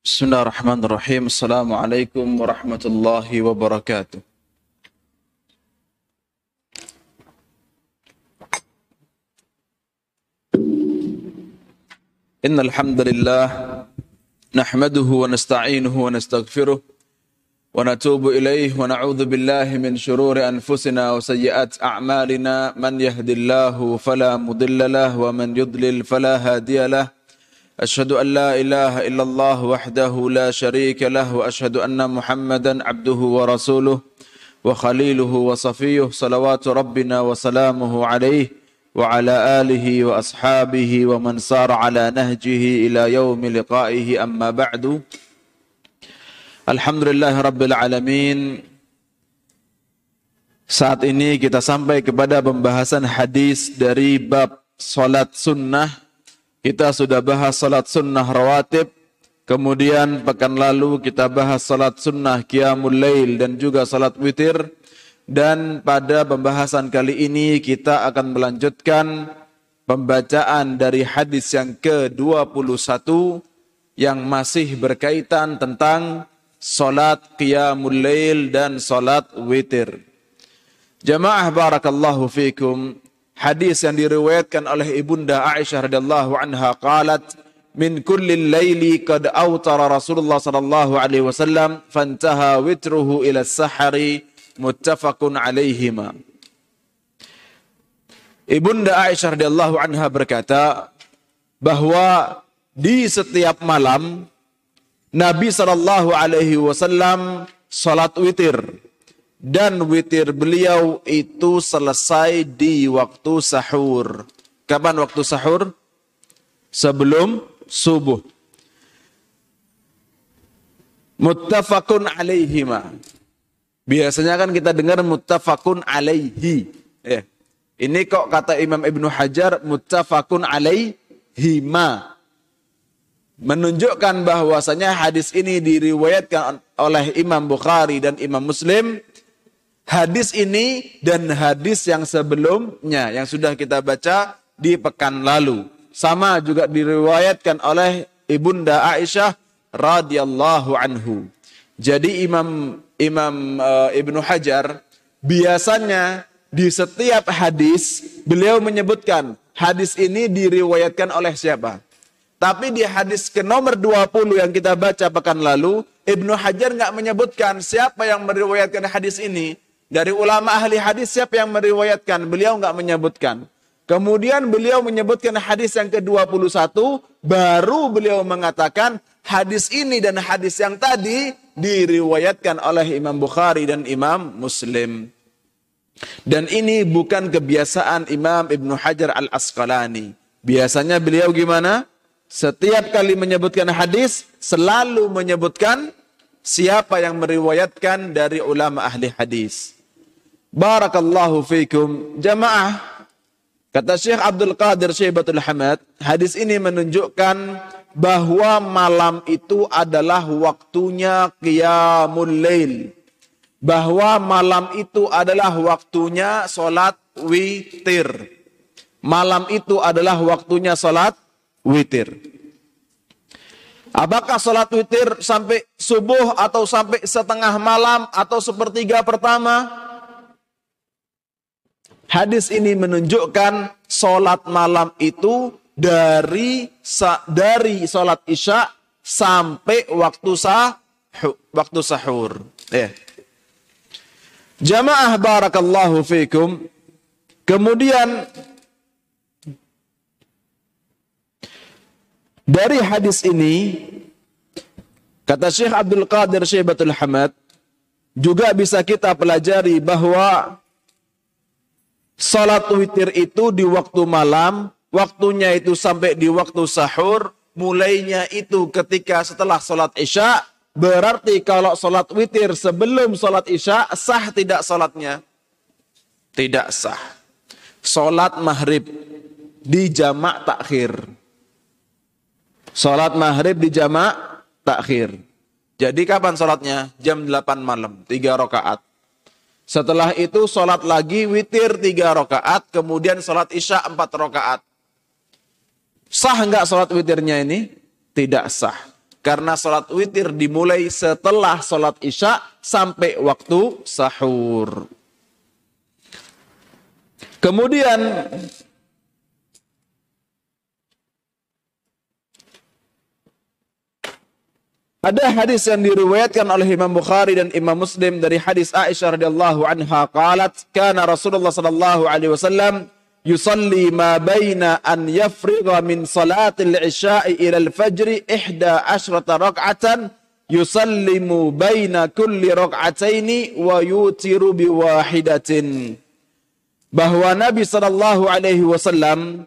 Bismillahirrahmanirrahim. Assalamualaikum warahmatullahi wabarakatuh. Innal hamdalillah nahmaduhu wa nasta'inuhu wa nastaghfiruh wa natubu ilayhi wa na'udzu billahi min shururi anfusina wa sayyiati a'malina man yahdihillahu fala mudilla lahu wa man yudlil fala hadiya lahu. Asyhadu an la ilaha illallah wahdahu la syarika lahu wa asyhadu anna Muhammadan abduhu wa rasuluh wa khaliluhu wa safiyuh salawatu rabbina wa salamuhu alaihi wa ala alihi wa ashabihi wa man sara ala nahjihi ila yaumi liqaihi amma ba'du. Alhamdulillahi rabbil alamin. Saat ini kita sampai kepada pembahasan hadis dari bab salat sunnah. Kita sudah bahas salat sunnah rawatib, kemudian pekan lalu kita bahas salat sunnah qiyamul lail dan juga salat witir. Dan pada pembahasan kali ini kita akan melanjutkan pembacaan dari hadis yang ke-21 yang masih berkaitan tentang salat qiyamul lail dan salat witir. Jamaah barakallahu fikum. Hadis yang diriwayatkan oleh Ibunda Aisyah radhiyallahu anha qalat min kulli laili qad awtara Rasulullah sallallahu alaihi wasallam fantaha witruhu ila as-sahari muttafaqun alaihima. Ibunda Aisyah radhiyallahu anha berkata bahwa di setiap malam Nabi sallallahu alaihi wasallam salat witir. Dan witir beliau itu selesai di waktu sahur. Kapan waktu sahur? Sebelum subuh. Muttafaqun alaihima. Biasanya kan kita dengar muttafaqun alaihi. Ini kok kata Imam Ibnu Hajar muttafaqun alaihima. Menunjukkan bahwasanya hadis ini diriwayatkan oleh Imam Bukhari dan Imam Muslim. Hadis ini dan hadis yang sebelumnya yang sudah kita baca di pekan lalu sama juga diriwayatkan oleh Ibunda Aisyah radhiyallahu anhu. Jadi Imam Ibnu Hajar biasanya di setiap hadis beliau menyebutkan hadis ini diriwayatkan oleh siapa. Tapi di hadis ke nomor 20 yang kita baca pekan lalu, Ibnu Hajar nggak menyebutkan siapa yang meriwayatkan hadis ini. Dari ulama ahli hadis siapa yang meriwayatkan? Beliau enggak menyebutkan. Kemudian beliau menyebutkan hadis yang ke-21, baru beliau mengatakan hadis ini dan hadis yang tadi diriwayatkan oleh Imam Bukhari dan Imam Muslim. Dan ini bukan kebiasaan Imam Ibnu Hajar Al-Asqalani. Biasanya beliau gimana? Setiap kali menyebutkan hadis, selalu menyebutkan siapa yang meriwayatkan dari ulama ahli hadis. Barakallahu fikum. Jamaah, kata Syekh Abdul Qadir Syaibatul Hamad, hadis ini menunjukkan bahwa malam itu adalah waktunya qiyamul lail. Bahwa malam itu adalah waktunya salat witir. Malam itu adalah waktunya salat witir. Apakah salat witir sampai subuh atau sampai setengah malam atau sepertiga pertama? Hadis ini menunjukkan salat malam itu dari salat isya sampai waktu sahur. Jamaah barakallahu fikum. Kemudian dari hadis ini kata Syekh Abdul Qadir Syaibatul Hamad juga bisa kita pelajari bahwa salat witir itu di waktu malam, waktunya itu sampai di waktu sahur, mulainya itu ketika setelah salat isya. Berarti kalau salat witir sebelum salat isya, sah tidak salatnya? Tidak sah. Salat maghrib di jamak takhir. Salat maghrib di jamak takhir. Jadi kapan salatnya? Jam 8 malam, 3 rakaat. Setelah itu sholat lagi witir 3 rakaat, kemudian sholat isya 4 rakaat. Sah enggak sholat witirnya ini? Tidak sah. Karena sholat witir dimulai setelah sholat isya sampai waktu sahur. Kemudian ada hadis yang diriwayatkan oleh Imam Bukhari dan Imam Muslim dari hadis Aisyah radhiyallahu anha qalat kana Rasulullah sallallahu alaihi wasallam yusalli ma baina an yafriga min salatil isya'i ila al-fajr 11 rak'atan yusallimu baina kulli rak'ataini wa yutiru bi wahidatin. Bahwa Nabi sallallahu alaihi wasallam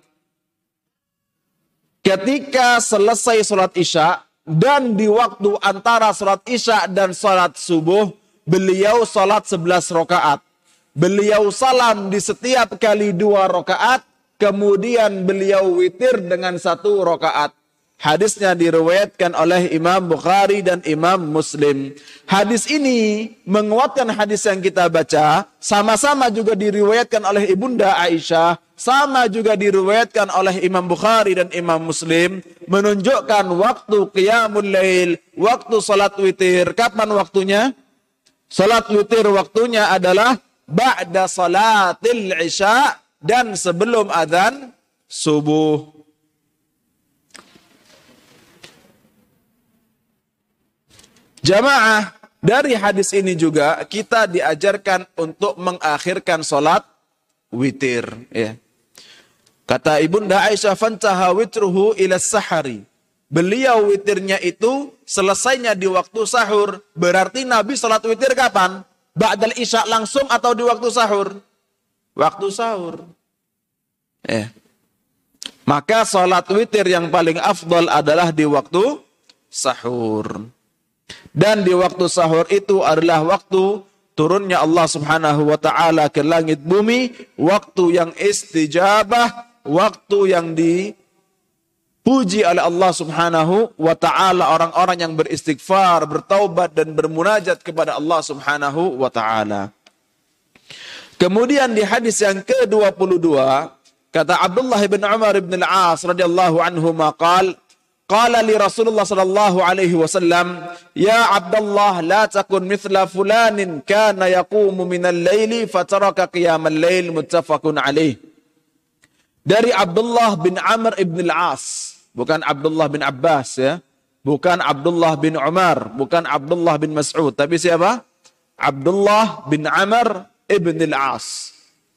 ketika selesai salat Isya dan di waktu antara sholat isya dan sholat subuh, beliau sholat 11 rakaat. Beliau salam di setiap kali 2 rakaat, kemudian beliau witir dengan 1 rakaat. Hadisnya diriwayatkan oleh Imam Bukhari dan Imam Muslim. Hadis ini menguatkan hadis yang kita baca, sama-sama juga diriwayatkan oleh Ibunda Aisyah, sama juga diriwayatkan oleh Imam Bukhari dan Imam Muslim, menunjukkan waktu qiyamul lail, waktu salat witir. Kapan waktunya? Salat witir waktunya adalah ba'da salatil isya dan sebelum adzan subuh. Jamaah, dari hadis ini juga kita diajarkan untuk mengakhirkan salat witir. Ya. Kata Ibunda Aisyah, fantaha witruhu ila sahari. Beliau witirnya itu selesainya di waktu sahur. Berarti Nabi salat witir kapan? Ba'dal isya langsung atau di waktu sahur? Waktu sahur. Ya. Maka salat witir yang paling afdal adalah di waktu sahur. Dan di waktu sahur itu adalah waktu turunnya Allah Subhanahu wa ta'ala ke langit bumi, waktu yang istijabah, waktu yang dipuji oleh Allah Subhanahu wa ta'ala, orang-orang yang beristighfar, bertaubat dan bermunajat kepada Allah Subhanahu wa ta'ala. Kemudian di hadis yang ke-22, kata Abdullah bin Umar bin al-As radhiyallahu anhu maqal, qala li Rasulullah sallallahu alaihi wasallam, ya Abdullah la takun mithla fulanin kana yaqumu minal laili fataraka qiyamal lail, muttafaqun alaih. Dari Abdullah bin Amr ibn al-As, bukan Abdullah bin Abbas ya, bukan Abdullah bin Umar, bukan Abdullah bin Mas'ud, tapi siapa? Abdullah bin Amr ibn al-As.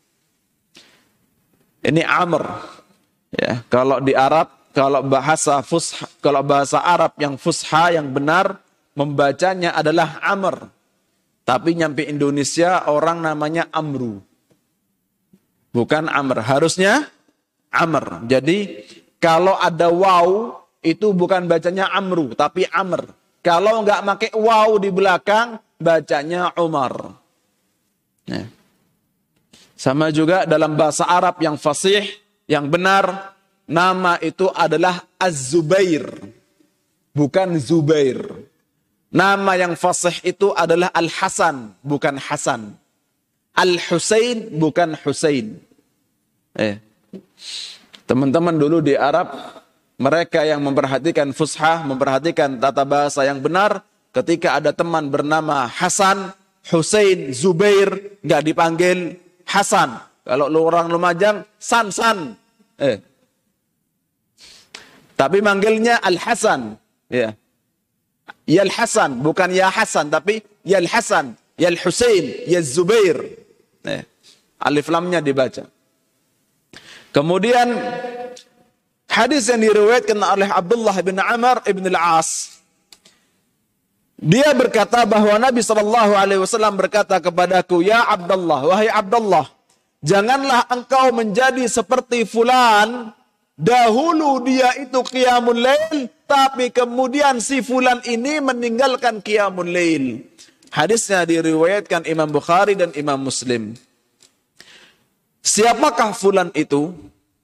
Ini Amr ya, kalau di Arab, kalau bahasa Arab yang fusha, yang benar, membacanya adalah Amr. Tapi nyampe Indonesia orang namanya Amru. Bukan Amr, harusnya Amr. Jadi kalau ada waw, itu bukan bacanya Amru, tapi Amr. Kalau nggak pakai waw di belakang, bacanya Umar. Nah. Sama juga dalam bahasa Arab yang fasih, yang benar, nama itu adalah Az-Zubair, bukan Zubair. Nama yang fasih itu adalah Al-Hasan, bukan Hasan. Al-Husain, bukan Husain. Teman-teman dulu di Arab, mereka yang memperhatikan fushah, memperhatikan tata bahasa yang benar, ketika ada teman bernama Hasan, Husain, Zubair, nggak dipanggil Hasan. Kalau orang Lumajang, San. Tapi manggilnya Al-Hasan. Ya. Ya Al-Hasan, bukan Ya Hasan, tapi Ya Al-Hasan, Ya Al-Husain, Ya Zubair. Alif lamnya dibaca. Kemudian hadis yang diriwayatkan oleh Abdullah bin Amr ibn al-As. Dia berkata bahwa Nabi SAW berkata kepadaku, ya Abdullah, wahai Abdullah, janganlah engkau menjadi seperti fulan. Dahulu dia itu qiyamul lail, tapi kemudian si fulan ini meninggalkan qiyamul lail. Hadisnya diriwayatkan Imam Bukhari dan Imam Muslim. Siapakah fulan itu?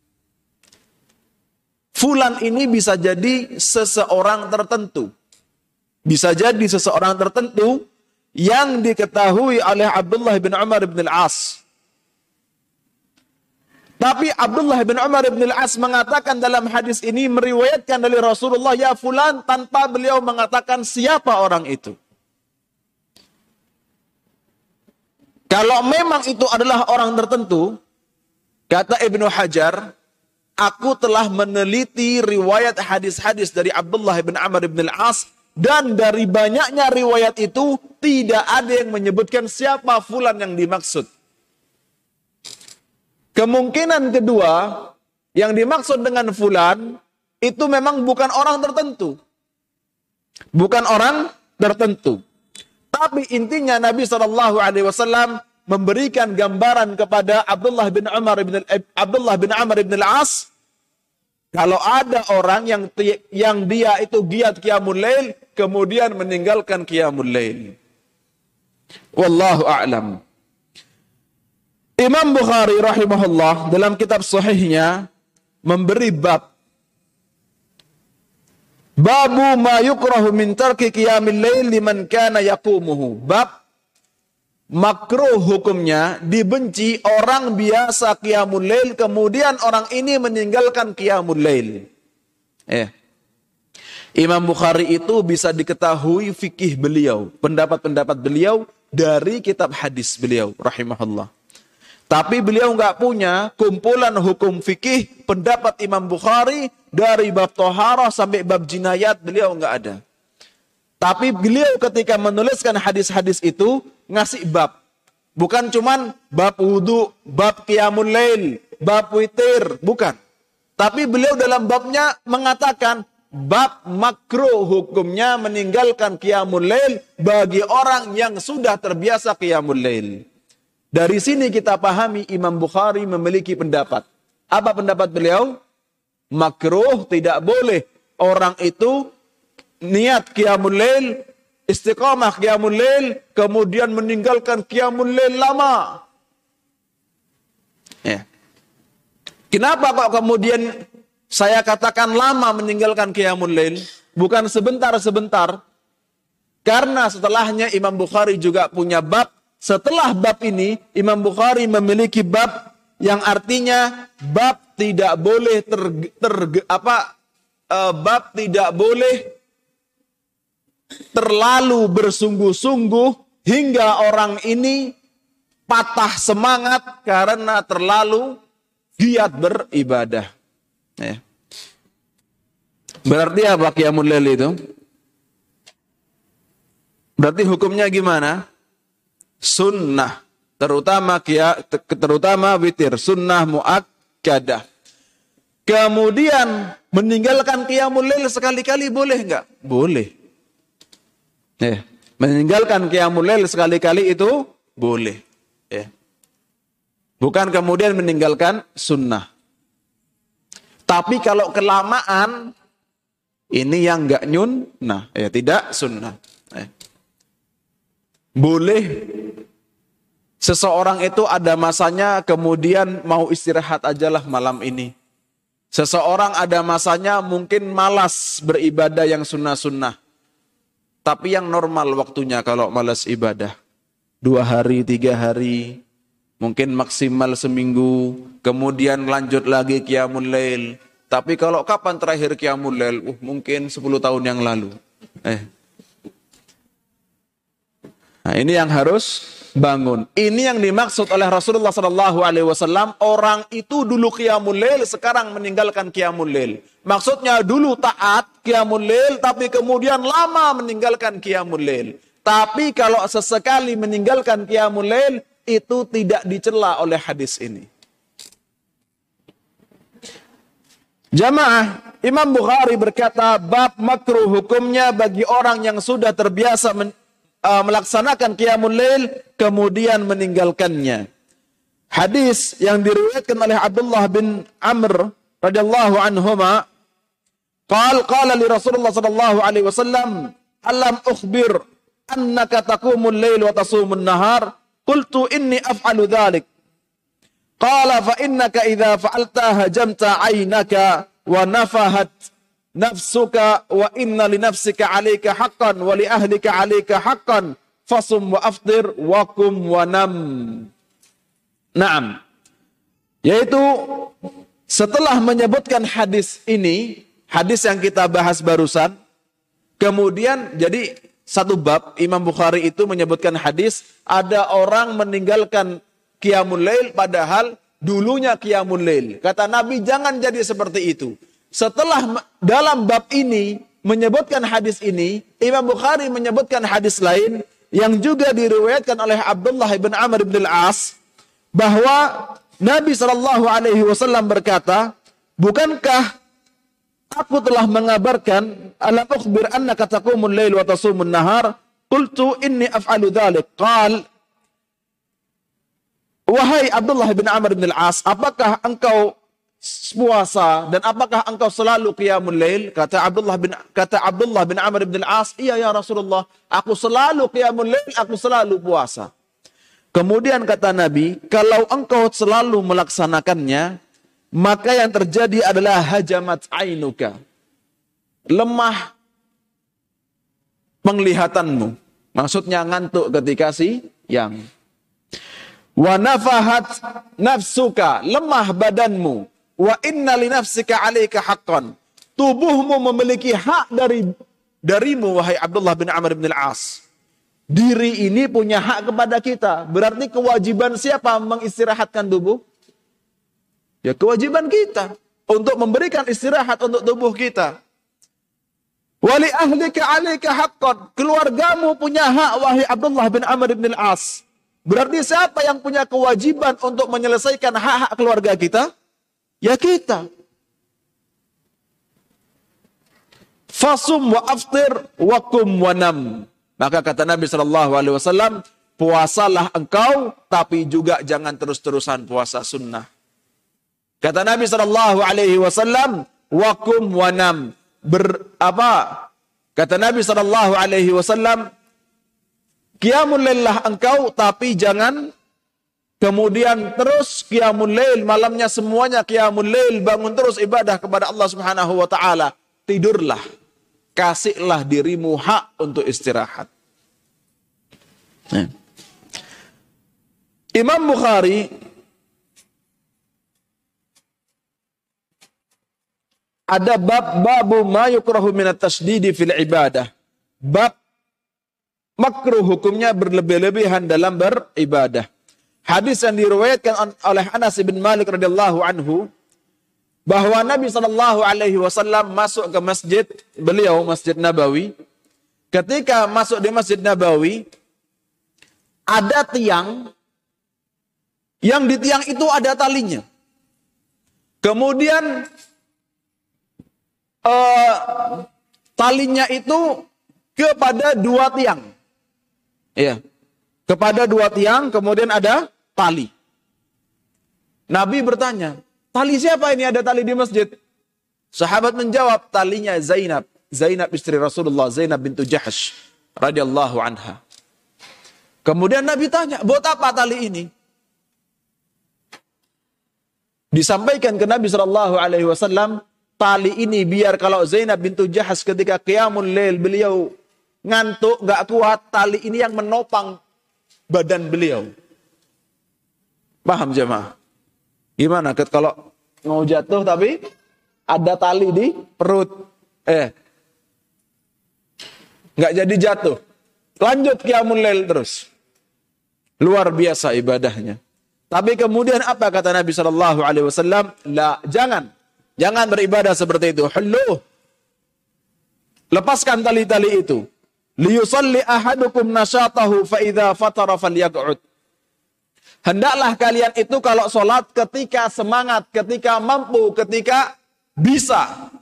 Fulan ini bisa jadi seseorang tertentu. Bisa jadi seseorang tertentu yang diketahui oleh Abdullah bin Umar bin al-As. Tapi Abdullah bin Umar bin Al-As mengatakan dalam hadis ini, meriwayatkan dari Rasulullah, ya fulan, tanpa beliau mengatakan siapa orang itu. Kalau memang itu adalah orang tertentu, kata Ibnu Hajar, aku telah meneliti riwayat hadis-hadis dari Abdullah bin Amr bin Al-As, dan dari banyaknya riwayat itu, tidak ada yang menyebutkan siapa fulan yang dimaksud. Kemungkinan kedua, yang dimaksud dengan fulan, itu memang bukan orang tertentu. Bukan orang tertentu. Tapi intinya Nabi SAW memberikan gambaran kepada Abdullah bin Amr bin Al-As, kalau ada orang yang dia itu giat qiyamul lail, kemudian meninggalkan qiyamul lail. Wallahu a'lam. Imam Bukhari rahimahullah dalam kitab sahihnya memberi bab Babu ma yukrahu min tarki qiyamil lail liman kana yaqumuhu. Bab makruh hukumnya, dibenci orang biasa qiyamul lail kemudian orang ini meninggalkan qiyamul lail. Imam Bukhari itu bisa diketahui fikih beliau, pendapat-pendapat beliau dari kitab hadis beliau rahimahullah. Tapi beliau nggak punya kumpulan hukum fikih pendapat Imam Bukhari dari bab toharah sampai bab jinayat, beliau nggak ada. Tapi beliau ketika menuliskan hadis-hadis itu ngasih bab. Bukan cuman bab wudu, bab qiyamul lail, bab witir, bukan. Tapi beliau dalam babnya mengatakan bab makruh hukumnya meninggalkan qiyamul lail bagi orang yang sudah terbiasa qiyamul lail. Dari sini kita pahami Imam Bukhari memiliki pendapat. Apa pendapat beliau? Makruh, tidak boleh orang itu niat qiyamul lail, istiqamah qiyamul lail, kemudian meninggalkan qiyamul lail lama. Kenapa kok kemudian saya katakan lama meninggalkan qiyamul lail? Bukan sebentar-sebentar. Karena setelahnya Imam Bukhari juga punya bab. Setelah bab ini, Imam Bukhari memiliki bab yang artinya bab tidak boleh bab tidak boleh terlalu bersungguh-sungguh hingga orang ini patah semangat karena terlalu giat beribadah. Berarti apa qiyamul lail itu? Berarti hukumnya gimana? Sunnah, terutama witir, sunnah muakkadah. Kemudian meninggalkan qiyamul lail sekali-kali boleh enggak? Boleh. Meninggalkan qiyamul lail sekali-kali itu boleh. Bukan kemudian meninggalkan sunnah. Tapi kalau kelamaan, ini yang enggak nyunnah, tidak sunnah. Boleh seseorang itu ada masanya kemudian mau istirahat ajalah malam ini. Seseorang ada masanya mungkin malas beribadah yang sunnah-sunnah. Tapi yang normal waktunya kalau malas ibadah. 2 hari, 3 hari, mungkin maksimal seminggu. Kemudian lanjut lagi qiyamul lail. Tapi kalau kapan terakhir qiyamul lail? Mungkin 10 tahun yang lalu. Nah, ini yang harus bangun. Ini yang dimaksud oleh Rasulullah SAW. Orang itu dulu qiyamul lail, sekarang meninggalkan qiyamul lail. Maksudnya dulu taat qiyamul lail, tapi kemudian lama meninggalkan qiyamul lail. Tapi kalau sesekali meninggalkan qiyamul lail, itu tidak dicela oleh hadis ini. Jamaah, Imam Bukhari berkata, bab makruh hukumnya bagi orang yang sudah terbiasa melaksanakan qiyamul lail kemudian meninggalkannya. Hadis yang diriwayatkan oleh Abdullah bin Amr radhiyallahu anhuma, qala li Rasulullah sallallahu alaihi wasallam, alam ukhbir annaka taqumul lail wa tasumun nahar? Qultu inni af'alu dhalik. Qala fa innaka idza fa'alta hajamta 'ainaka wa nafahat nafsuka wa inna li nafsika 'alaika haqqan wa li ahlika 'alaika haqqan fasum wa aftir wa qum wa nam. Naam. Yaitu setelah menyebutkan hadis ini, hadis yang kita bahas barusan, kemudian jadi satu bab Imam Bukhari itu menyebutkan hadis ada orang meninggalkan qiyamul lail padahal dulunya qiyamul lail. Kata Nabi jangan jadi seperti itu. Setelah dalam bab ini menyebutkan hadis ini, Imam Bukhari menyebutkan hadis lain yang juga diriwayatkan oleh Abdullah bin Amr bin Al-As bahwa Nabi SAW berkata, bukankah aku telah mengabarkan alam ukhbir annaka taqumul lail wa tasumun nahar? Qultu inni af'alu dzalik. Qal, wahai Abdullah bin Amr bin Al-As, apakah engkau puasa dan apakah engkau selalu qiyamul lail? Kata Abdullah bin Amr bin Al-As, iya ya Rasulullah, aku selalu qiyamul lail, aku selalu puasa. Kemudian kata Nabi, kalau engkau selalu melaksanakannya, maka yang terjadi adalah hajamat ainuka. Lemah penglihatanmu. Maksudnya ngantuk ketika siang. Wa nafahat nafsuka. Lemah badanmu. Wa inna li nafsika alaika haqqan. Tubuhmu memiliki hak darimu, wahai Abdullah bin Amr bin Al-As. Diri ini punya hak kepada kita. Berarti kewajiban siapa mengistirahatkan tubuh? Ya kewajiban kita untuk memberikan istirahat untuk tubuh kita. Wali ahlika alaika haqqan. Keluargamu punya hak, wahai Abdullah bin Amr bin Al-As. Berarti siapa yang punya kewajiban untuk menyelesaikan hak-hak keluarga kita? Ya kita. Fasum wa aftir wa kum wa nam. Maka kata Nabi SAW, puasalah engkau, tapi juga jangan terus-terusan puasa sunnah. Kata Nabi SAW, wakum wanam. Kata Nabi SAW, qiyamul laillah engkau, tapi jangan kemudian terus qiyamul lail, malamnya semuanya qiyamul lail, bangun terus ibadah kepada Allah Subhanahu wa taala. Tidurlah. Kasihlah dirimu hak untuk istirahat. Nah. Imam Bukhari ada babu ma yukrahu minat tasdidi fil ibadah. Bab makruh hukumnya berlebih-lebihan dalam beribadah. Hadis yang diriwayatkan oleh Anas bin Malik radhiyallahu anhu bahwa Nabi SAW masuk ke masjid beliau, Masjid Nabawi. Ketika masuk di Masjid Nabawi, ada tiang yang di tiang itu ada talinya. Kemudian talinya itu kepada dua tiang. Iya. Kepada dua tiang, kemudian ada tali. Nabi bertanya, tali siapa ini ada tali di masjid? Sahabat menjawab, talinya Zainab. Zainab istri Rasulullah, Zainab bintu Jahsh radhiyallahu anha. Kemudian Nabi tanya, buat apa tali ini? Disampaikan ke Nabi SAW, tali ini biar kalau Zainab bintu Jahsh ketika qiyamul lail beliau ngantuk, gak kuat, tali ini yang menopang badan beliau. Paham jemaah? Gimana kalau mau jatuh tapi ada tali di perut? Nggak jadi jatuh. Lanjut qiyamul lail terus. Luar biasa ibadahnya. Tapi kemudian apa kata Nabi SAW? Jangan beribadah seperti itu. Hulluh. Lepaskan tali-tali itu. Liyusalli ahadukum nasyatahu fa idza fatara falyaq'ud. Hendaklah kalian itu kalau sholat ketika semangat, ketika mampu, ketika bisa.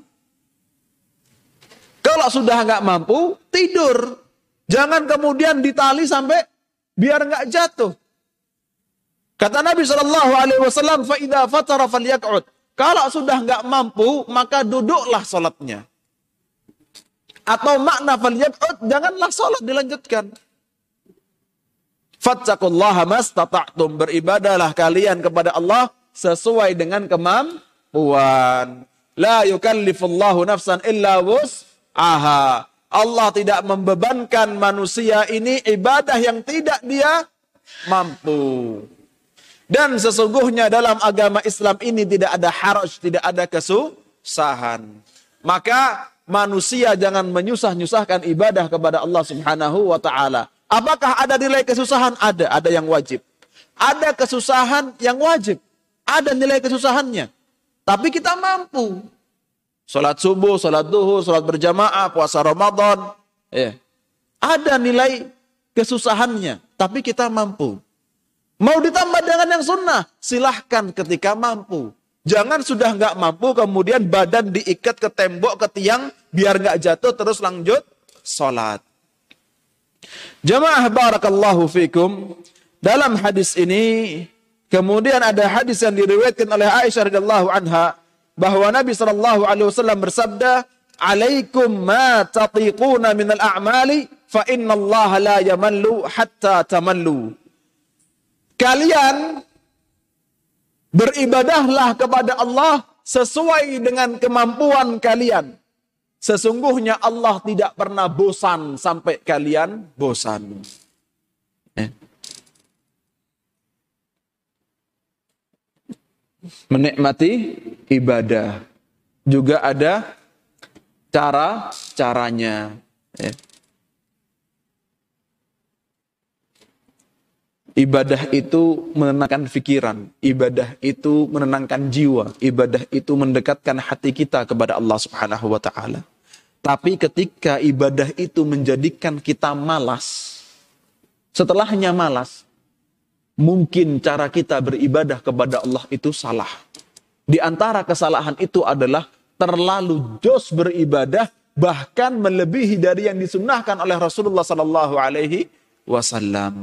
Kalau sudah nggak mampu, tidur. Jangan kemudian ditali sampai biar nggak jatuh. Kata Nabi SAW, fa idza fatara falyaq'ud. Kalau sudah nggak mampu, maka duduklah sholatnya. Atau makna falyaq'ud, janganlah sholat dilanjutkan. Fattaqullaha mastata'tum, beribadahlah kalian kepada Allah sesuai dengan kemampuan. La yukallifullahu nafsan illa wus'aha. Allah tidak membebankan manusia ini ibadah yang tidak dia mampu. Dan sesungguhnya dalam agama Islam ini tidak ada haraj, tidak ada kesusahan. Maka manusia jangan menyusah-nyusahkan ibadah kepada Allah Subhanahu wa taala. Apakah ada nilai kesusahan? Ada yang wajib. Ada kesusahan yang wajib. Ada nilai kesusahannya. Tapi kita mampu. Salat subuh, salat duhur, salat berjamaah, puasa Ramadan. Ada nilai kesusahannya. Tapi kita mampu. Mau ditambah dengan yang sunnah? Silahkan ketika mampu. Jangan sudah nggak mampu kemudian badan diikat ke tembok, ke tiang, biar nggak jatuh terus lanjut salat. Jamaah barakallahu fikum. Dalam hadis ini kemudian ada hadis yang diriwayatkan oleh Aisyah radhiyallahu anha bahwa Nabi sallallahu alaihi wasallam bersabda, "Alaikum ma tatiquna minal a'mali fa innallaha la yamallu hatta tamallu." Kalian beribadahlah kepada Allah sesuai dengan kemampuan kalian. Sesungguhnya Allah tidak pernah bosan sampai kalian bosan. Menikmati ibadah. Juga ada caranya. Ibadah itu menenangkan pikiran. Ibadah itu menenangkan jiwa. Ibadah itu mendekatkan hati kita kepada Allah Subhanahu wa ta'ala. Tapi ketika ibadah itu menjadikan kita malas, setelahnya malas, mungkin cara kita beribadah kepada Allah itu salah. Di antara kesalahan itu adalah terlalu jos beribadah, bahkan melebihi dari yang disunnahkan oleh Rasulullah sallallahu alaihi wasallam.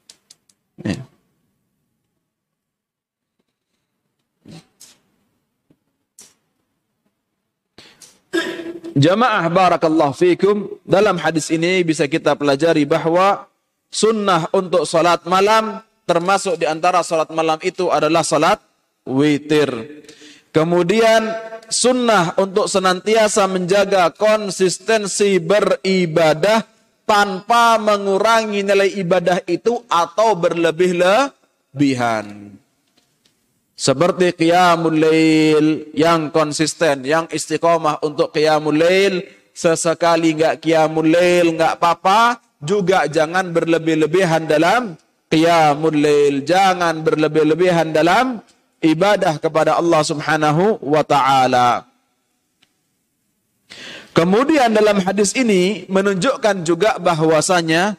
Jamaah barakallahu fikum, dalam hadis ini bisa kita pelajari bahwa sunnah untuk salat malam, termasuk di antara salat malam itu adalah salat witir. Kemudian sunnah untuk senantiasa menjaga konsistensi beribadah tanpa mengurangi nilai ibadah itu atau berlebih-lebihan. Seperti qiyamul lail yang konsisten, yang istiqomah untuk qiyamul lail. Sesekali enggak qiyamul lail enggak apa-apa, juga jangan berlebih-lebihan dalam qiyamul lail. Jangan berlebih-lebihan dalam ibadah kepada Allah Subhanahu wa ta'ala. Kemudian dalam hadis ini menunjukkan juga bahwasanya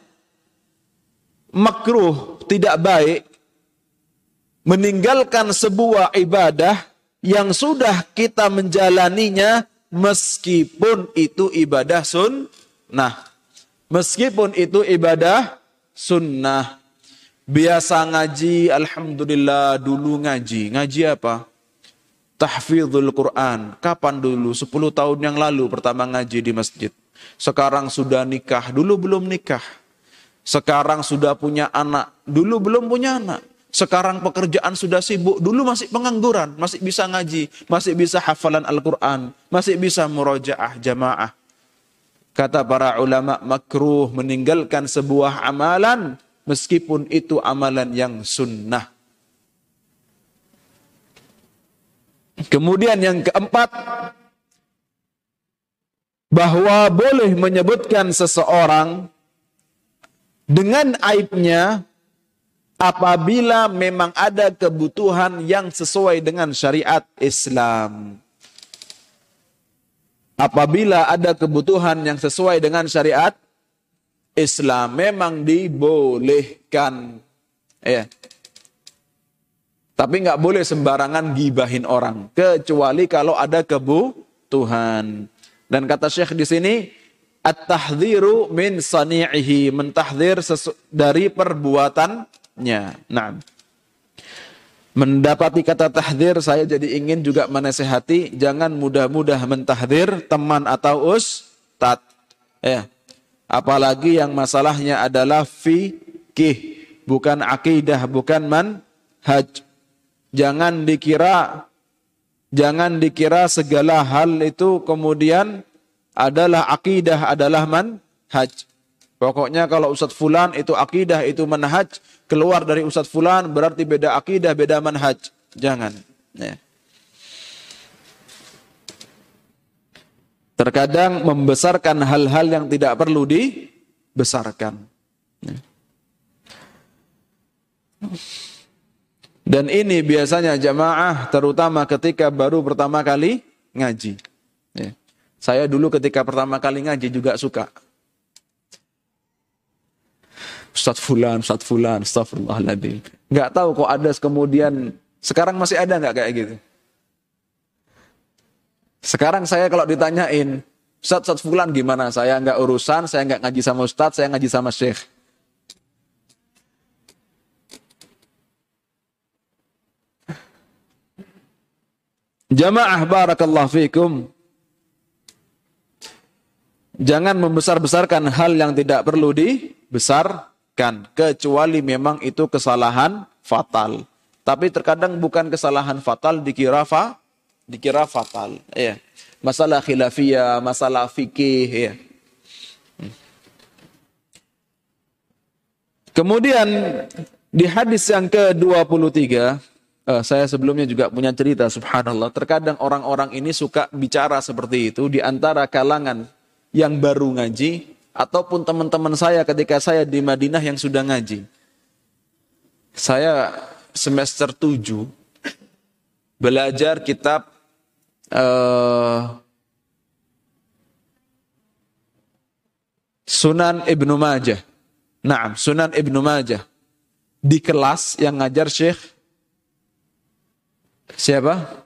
makruh, tidak baik meninggalkan sebuah ibadah yang sudah kita menjalaninya meskipun itu ibadah sunnah. Meskipun itu ibadah sunnah. Biasa ngaji, alhamdulillah dulu ngaji. Ngaji apa? Tahfidzul Quran. Kapan dulu? 10 tahun yang lalu pertama ngaji di masjid. Sekarang sudah nikah, dulu belum nikah. Sekarang sudah punya anak, dulu belum punya anak. Sekarang pekerjaan sudah sibuk, dulu masih pengangguran, masih bisa ngaji, masih bisa hafalan Al-Quran, masih bisa murojaah jamaah. Kata para ulama, makruh meninggalkan sebuah amalan meskipun itu amalan yang sunnah. Kemudian yang keempat, bahwa boleh menyebutkan seseorang dengan aibnya apabila memang ada kebutuhan yang sesuai dengan syariat Islam. Apabila ada kebutuhan yang sesuai dengan syariat Islam, memang dibolehkan. Tapi nggak boleh sembarangan gibahin orang, kecuali kalau ada kebutuhan. Dan kata Syekh di sini, at-tahdhiru min sani'ihi, mentahdzir dari perbuatannya. Nah, mendapati kata tahdzir, saya jadi ingin juga menasihati, jangan mudah-mudah mentahdzir teman atau ustadz. Apalagi yang masalahnya adalah fikih, bukan akidah, bukan manhaj. Jangan dikira segala hal itu kemudian adalah akidah, adalah manhaj. Pokoknya kalau Ustadz Fulan itu akidah, itu manhaj, keluar dari Ustadz Fulan berarti beda akidah, beda manhaj. Jangan. Ya. Terkadang membesarkan hal-hal yang tidak perlu dibesarkan. Ya. Dan ini biasanya jamaah terutama ketika baru pertama kali ngaji. Ya. Saya dulu ketika pertama kali ngaji juga suka. Ustadz Fulan, astagfirullahaladzim. Nggak tahu kok ada kemudian, sekarang masih ada nggak kayak gitu? Sekarang saya kalau ditanyain, Ustadz Fulan gimana? Saya nggak urusan, saya nggak ngaji sama Ustadz, saya ngaji sama Syekh. Jamaah barakallahu fikum. Jangan membesar-besarkan hal yang tidak perlu dibesarkan. Kecuali memang itu kesalahan fatal. Tapi terkadang bukan kesalahan fatal dikira fatal. Ya. Masalah khilafiyah, masalah fikih. Ya. Kemudian di hadis yang ke-23, saya sebelumnya juga punya cerita, subhanallah. Terkadang orang-orang ini suka bicara seperti itu di antara kalangan yang baru ngaji, ataupun teman-teman saya ketika saya di Madinah yang sudah ngaji. Saya semester 7 belajar kitab Sunan Ibnu Majah. Naam, Sunan Ibnu Majah. Di kelas yang ngajar Syekh siapa?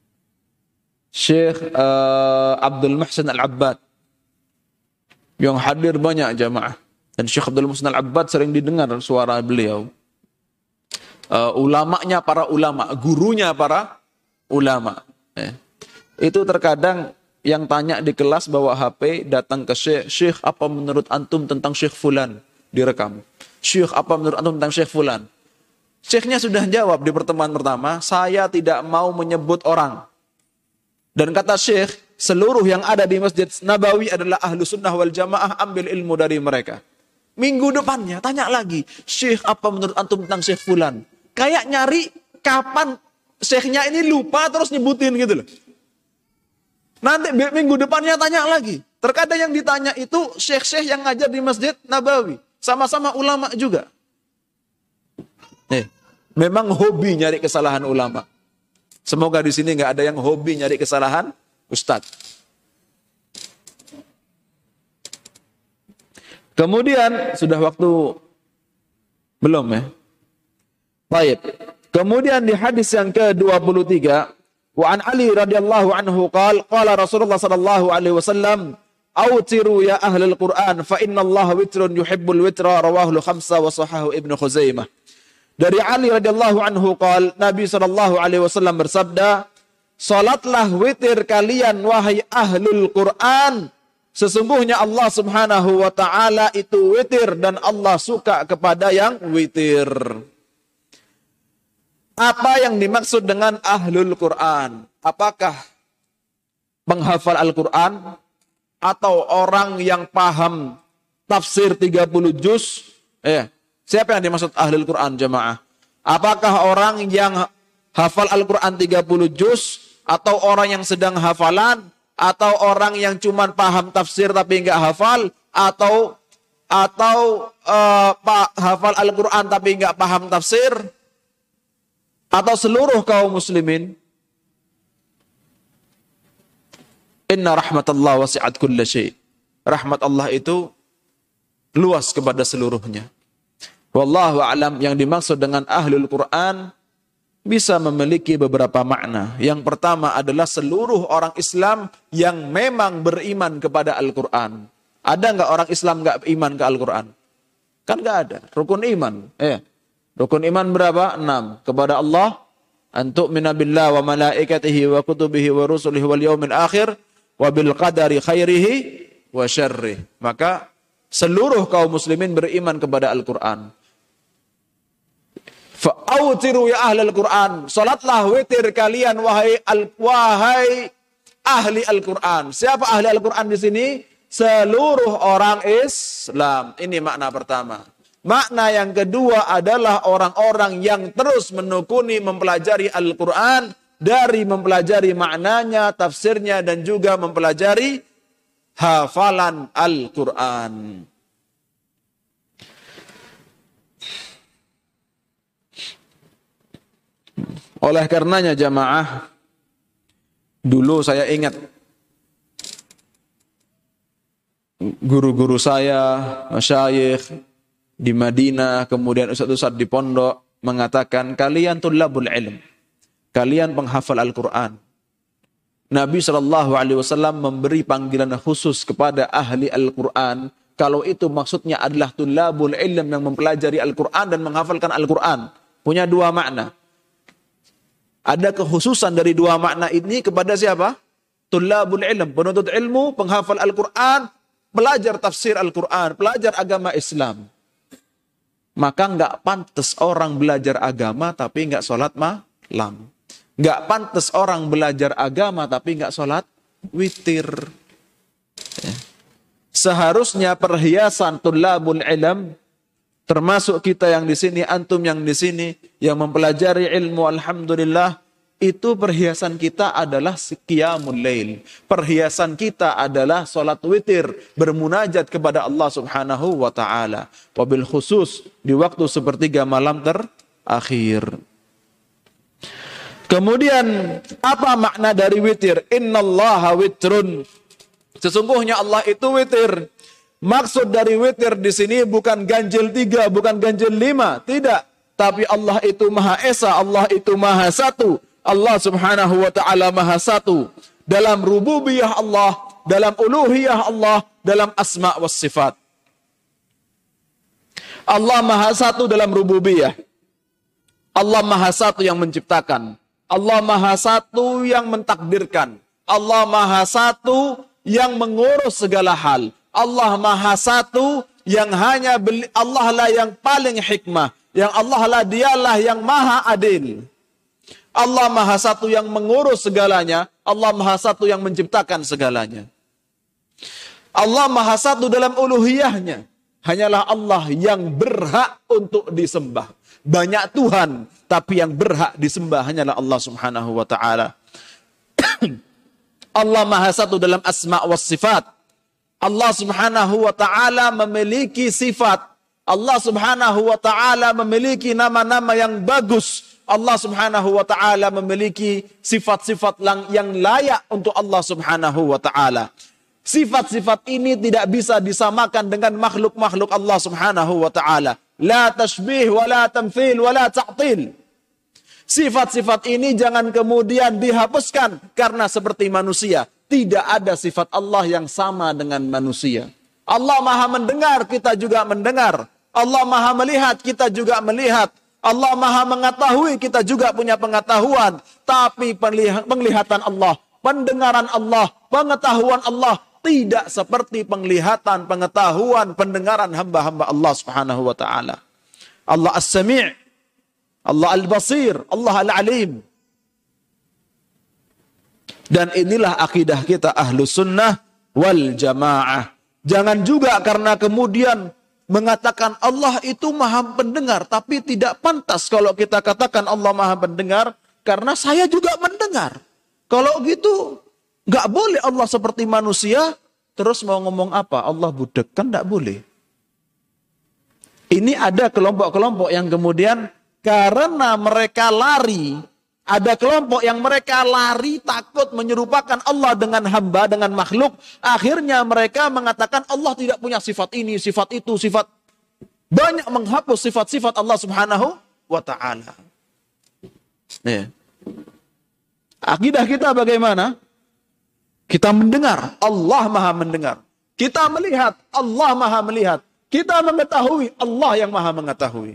Syekh Abdul Muhsin Al-Abbad. Yang hadir banyak jamaah. Dan Syekh Abdul Muhsin Al-Abbad sering didengar suara beliau. Ulamanya para ulama, gurunya para ulama. Itu terkadang yang tanya di kelas bawa HP, datang ke Syekh, Syekh apa menurut antum tentang Syekh Fulan? Direkam. Syekh apa menurut antum tentang Syekh Fulan? Syekhnya sudah jawab di pertemuan pertama, saya tidak mau menyebut orang. Dan kata Syekh, seluruh yang ada di Masjid Nabawi adalah ahlu sunnah wal jamaah, ambil ilmu dari mereka. Minggu depannya tanya lagi, Syekh apa menurut antum tentang Syekh Fulan? Kayak nyari kapan Syekhnya ini lupa terus nyebutin gitu loh. Nanti minggu depannya tanya lagi. Terkadang yang ditanya itu syekh-syekh yang ngajar di Masjid Nabawi. Sama-sama ulama juga. Memang hobi nyari kesalahan ulama. Semoga di sini nggak ada yang hobi nyari kesalahan Ustadz. Kemudian sudah waktu belum ya? Baik. Kemudian di hadis yang ke-23, wa an Ali radhiyallahu anhu qala Rasulullah sallallahu alaihi wasallam, "Autiru ya ahlul Qur'an fa innallaha witrun yuhibbul witra," rawahu al-khamsah wa sahahu Ibnu Khuzaimah. Dari Ali radhiyallahu anhu Nabi sallallahu alaihi wasallam bersabda, "Salatlah witir kalian wahai ahlul Qur'an. Sesungguhnya Allah Subhanahu wa taala itu witir dan Allah suka kepada yang witir." Apa yang dimaksud dengan ahlul Quran? Apakah penghafal Al-Quran atau orang yang paham tafsir 30 juz? Siapa yang dimaksud ahlul Quran jemaah? Apakah orang yang hafal Al-Quran 30 juz atau orang yang sedang hafalan atau orang yang cuma paham tafsir tapi enggak hafal atau hafal Al-Quran tapi enggak paham tafsir? Atau seluruh kaum muslimin? Inna rahmatallah wasi'at kulla syai'. Rahmat Allah itu luas kepada seluruhnya. Wallahu a'lam, yang dimaksud dengan ahlul Quran bisa memiliki beberapa makna. Yang pertama adalah seluruh orang Islam yang memang beriman kepada Al-Quran. Ada nggak orang Islam nggak iman ke Al-Quran? Kan nggak ada. Rukun iman. Rukun iman berapa? 6. Kepada Allah, an tu'mina billah wa malaikatihi wa kutubihi wa rusulihi wal yaumil akhir wa bil qadari khairihi wa syarrih. Maka seluruh kaum muslimin beriman kepada Al-Quran. Fa'autiru ya ahlal Quran. Salatlah witir kalian wahai ahli Al-Quran. Siapa ahli Al-Quran di sini? Seluruh orang Islam. Ini makna pertama. Makna yang kedua adalah orang-orang yang terus menekuni mempelajari Al-Quran, dari mempelajari maknanya, tafsirnya, dan juga mempelajari hafalan Al-Quran. Oleh karenanya jamaah, dulu saya ingat guru-guru saya, masyayikh di Madinah, kemudian ustadz-ustadz di pondok mengatakan, kalian tullabul ilm, kalian penghafal Al-Quran. Nabi SAW memberi panggilan khusus kepada ahli Al-Quran, kalau itu maksudnya adalah tullabul ilm yang mempelajari Al-Quran dan menghafalkan Al-Quran. Punya dua makna. Ada kekhususan dari dua makna ini kepada siapa? Tullabul ilm, penuntut ilmu, penghafal Al-Quran, pelajar tafsir Al-Quran, pelajar agama Islam. Maka enggak pantas orang belajar agama tapi enggak sholat malam. Enggak pantas orang belajar agama tapi enggak sholat witir. Seharusnya perhiasan tullabul ilm, termasuk kita yang di sini, antum yang di sini, yang mempelajari ilmu, alhamdulillah, itu perhiasan kita adalah qiyamul lail. Perhiasan kita adalah salat witir, bermunajat kepada Allah Subhanahu wa taala. Wabil khusus di waktu sepertiga malam terakhir. Kemudian apa makna dari witir? Innallaha witrun. Sesungguhnya Allah itu witir. Maksud dari witir di sini bukan ganjil 3, bukan ganjil 5, tidak. Tapi Allah itu Maha Esa, Allah itu Maha Satu. Allah Subhanahu wa taala Maha Satu dalam rububiyah Allah, dalam uluhiyah Allah, dalam asma was sifat. Allah Maha Satu dalam rububiyah. Allah Maha Satu yang menciptakan. Allah Maha Satu yang mentakdirkan. Allah Maha Satu yang mengurus segala hal. Allah Maha Satu yang hanya Allah lah yang paling hikmah. Yang Allah lah dialah yang maha adil. Allah Maha Satu yang mengurus segalanya. Allah Maha Satu yang menciptakan segalanya. Allah Maha Satu dalam uluhiyahnya. Hanyalah Allah yang berhak untuk disembah. Banyak Tuhan, tapi yang berhak disembah hanyalah Allah Subhanahu wa taala. Allah Maha Satu dalam asma was sifat. Allah Subhanahu wa taala memiliki sifat. Allah Subhanahu wa taala memiliki nama-nama yang bagus. Allah Subhanahu wa taala memiliki sifat-sifat yang layak untuk Allah Subhanahu wa taala. Sifat-sifat ini tidak bisa disamakan dengan makhluk-makhluk Allah Subhanahu wa taala. La tashbih wa la tamthil wa la ta'til. Sifat-sifat ini jangan kemudian dihapuskan karena seperti manusia. Tidak ada sifat Allah yang sama dengan manusia. Allah Maha mendengar, kita juga mendengar. Allah Maha melihat, kita juga melihat. Allah Maha mengetahui, kita juga punya pengetahuan. Tapi penglihatan Allah, pendengaran Allah, pengetahuan Allah tidak seperti penglihatan, pengetahuan, pendengaran hamba-hamba Allah Subhanahu wa taala. Allah As-Sami', Allah Al-Basir, Allah Al-Alim. Dan inilah akidah kita Ahlus Sunnah wal Jamaah. Jangan juga karena kemudian mengatakan Allah itu Maha pendengar, tapi tidak pantas kalau kita katakan Allah Maha pendengar karena saya juga mendengar. Kalau gitu nggak boleh Allah seperti manusia, terus mau ngomong apa? Allah budak, kan nggak boleh. Ini ada kelompok-kelompok yang kemudian karena mereka lari, ada kelompok yang mereka lari takut menyerupakan Allah dengan hamba, dengan makhluk. Akhirnya mereka mengatakan Allah tidak punya sifat ini, sifat itu, sifat. Banyak menghapus sifat-sifat Allah Subhanahu wa ta'ala. Ya. Akidah kita bagaimana? Kita mendengar, Allah Maha mendengar. Kita melihat, Allah Maha melihat. Kita mengetahui, Allah yang Maha mengetahui.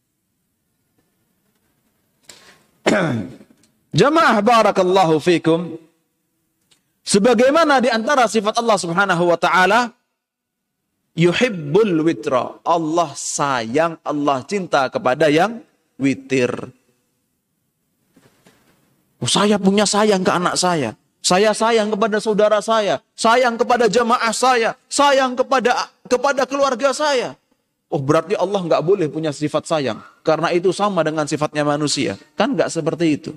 Jamaah barakallahu fikum. Sebagaimana di antara sifat Allah Subhanahu wa taala, yuhibbul witra. Allah sayang, Allah cinta kepada yang witir. Saya punya sayang ke anak saya sayang kepada saudara saya, sayang kepada jamaah saya, sayang kepada kepada keluarga saya. Oh, berarti Allah nggak boleh punya sifat sayang. Karena itu sama dengan sifatnya manusia. Kan nggak seperti itu.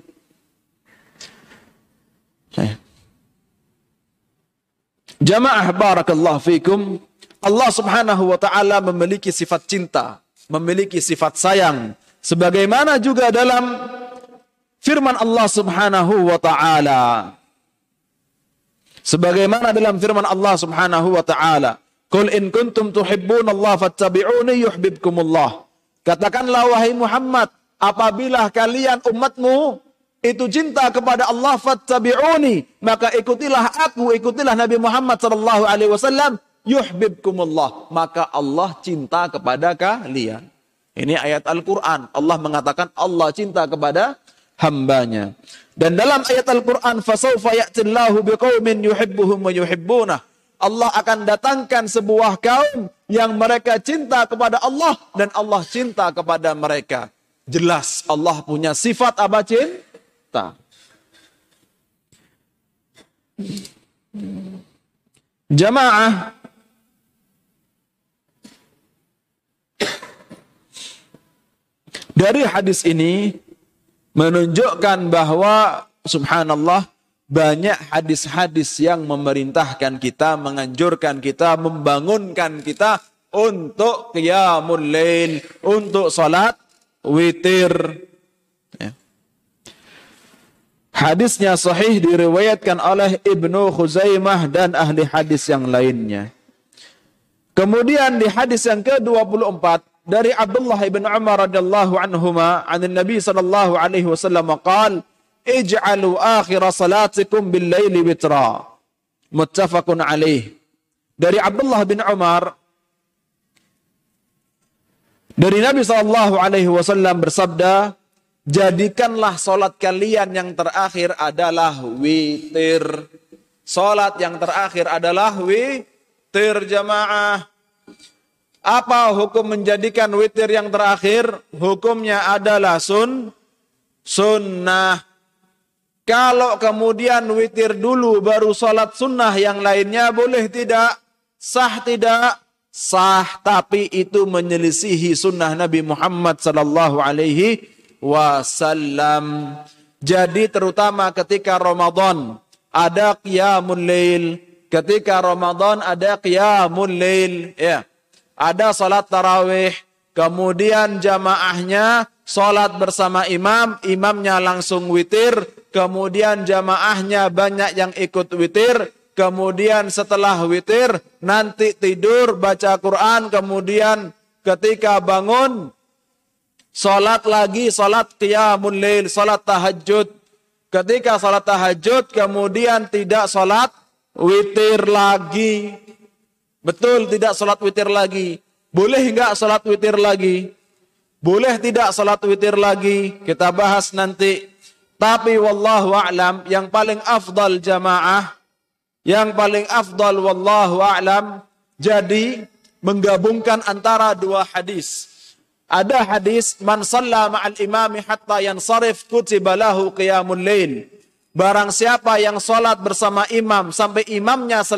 Jamaah barakallahu fikum. Allah subhanahu wa ta'ala memiliki sifat cinta. Memiliki sifat sayang. Sebagaimana juga dalam firman Allah subhanahu wa ta'ala. Sebagaimana dalam firman Allah subhanahu wa ta'ala. Qul in kuntum tuhibbun Allah fattabi'uni yuhibbukumullah. Katakanlah wahai Muhammad, apabila kalian umatmu itu cinta kepada Allah fattabi'uni, maka ikutilah aku, ikutilah Nabi Muhammad sallallahu alaihi wasallam, yuhibbukumullah, maka Allah cinta kepada kalian. Ini ayat Al-Qur'an. Allah mengatakan Allah cinta kepada hambanya. Dan dalam ayat Al-Qur'an, fasawfa ya'tillahu biqaumin yuhibbuhum wa yuhibbunah. Allah akan datangkan sebuah kaum yang mereka cinta kepada Allah dan Allah cinta kepada mereka. Jelas Allah punya sifat apa? Cinta. Jamaah, dari hadis ini menunjukkan bahwa subhanallah, banyak hadis-hadis yang memerintahkan kita, menganjurkan kita, membangunkan kita untuk qiyamul lail, untuk salat witir. Ya. Hadisnya sahih, diriwayatkan oleh Ibnu Khuzaimah dan ahli hadis yang lainnya. Kemudian di hadis yang ke-24 dari Abdullah bin Umar radhiyallahu anhuma, an Nabi sallallahu alaihi wasallam qaal, ij'alu akhir salatikum bil laili witra. Muttafaqun alaih. Dari Abdullah bin Umar, dari Nabi sallallahu alaihi wasallam bersabda, jadikanlah salat kalian yang terakhir adalah witir. Salat yang terakhir adalah witir, jamaah. Apa hukum menjadikan witir yang terakhir? Hukumnya adalah sunnah. Kalau kemudian witir dulu baru sholat sunnah yang lainnya, boleh tidak? Sah tidak? Sah, tapi itu menyelisihi sunnah Nabi Muhammad sallallahu alaihi wasallam. Jadi terutama ketika Ramadan ada qiyamul lail, ketika Ramadan ada qiyamul lail, ya. Ada salat tarawih, kemudian jamaahnya salat bersama imam, imamnya langsung witir, kemudian jamaahnya banyak yang ikut witir, kemudian setelah witir nanti tidur baca Quran, kemudian ketika bangun salat lagi, salat qiyamul lail, salat tahajud. Ketika salat tahajud kemudian tidak salat witir lagi. Betul, tidak salat witir lagi. Boleh enggak salat witir lagi? Boleh tidak salat witir lagi? Kita bahas nanti. Tapi wallahu a'lam, yang paling afdal jamaah, yang paling afdal wallahu a'lam, jadi menggabungkan antara dua hadis. Ada hadis, man shalla ma'al imami hatta yansarif kutiba lahu qiyamul lail. Barang siapa yang salat bersama imam sampai imamnya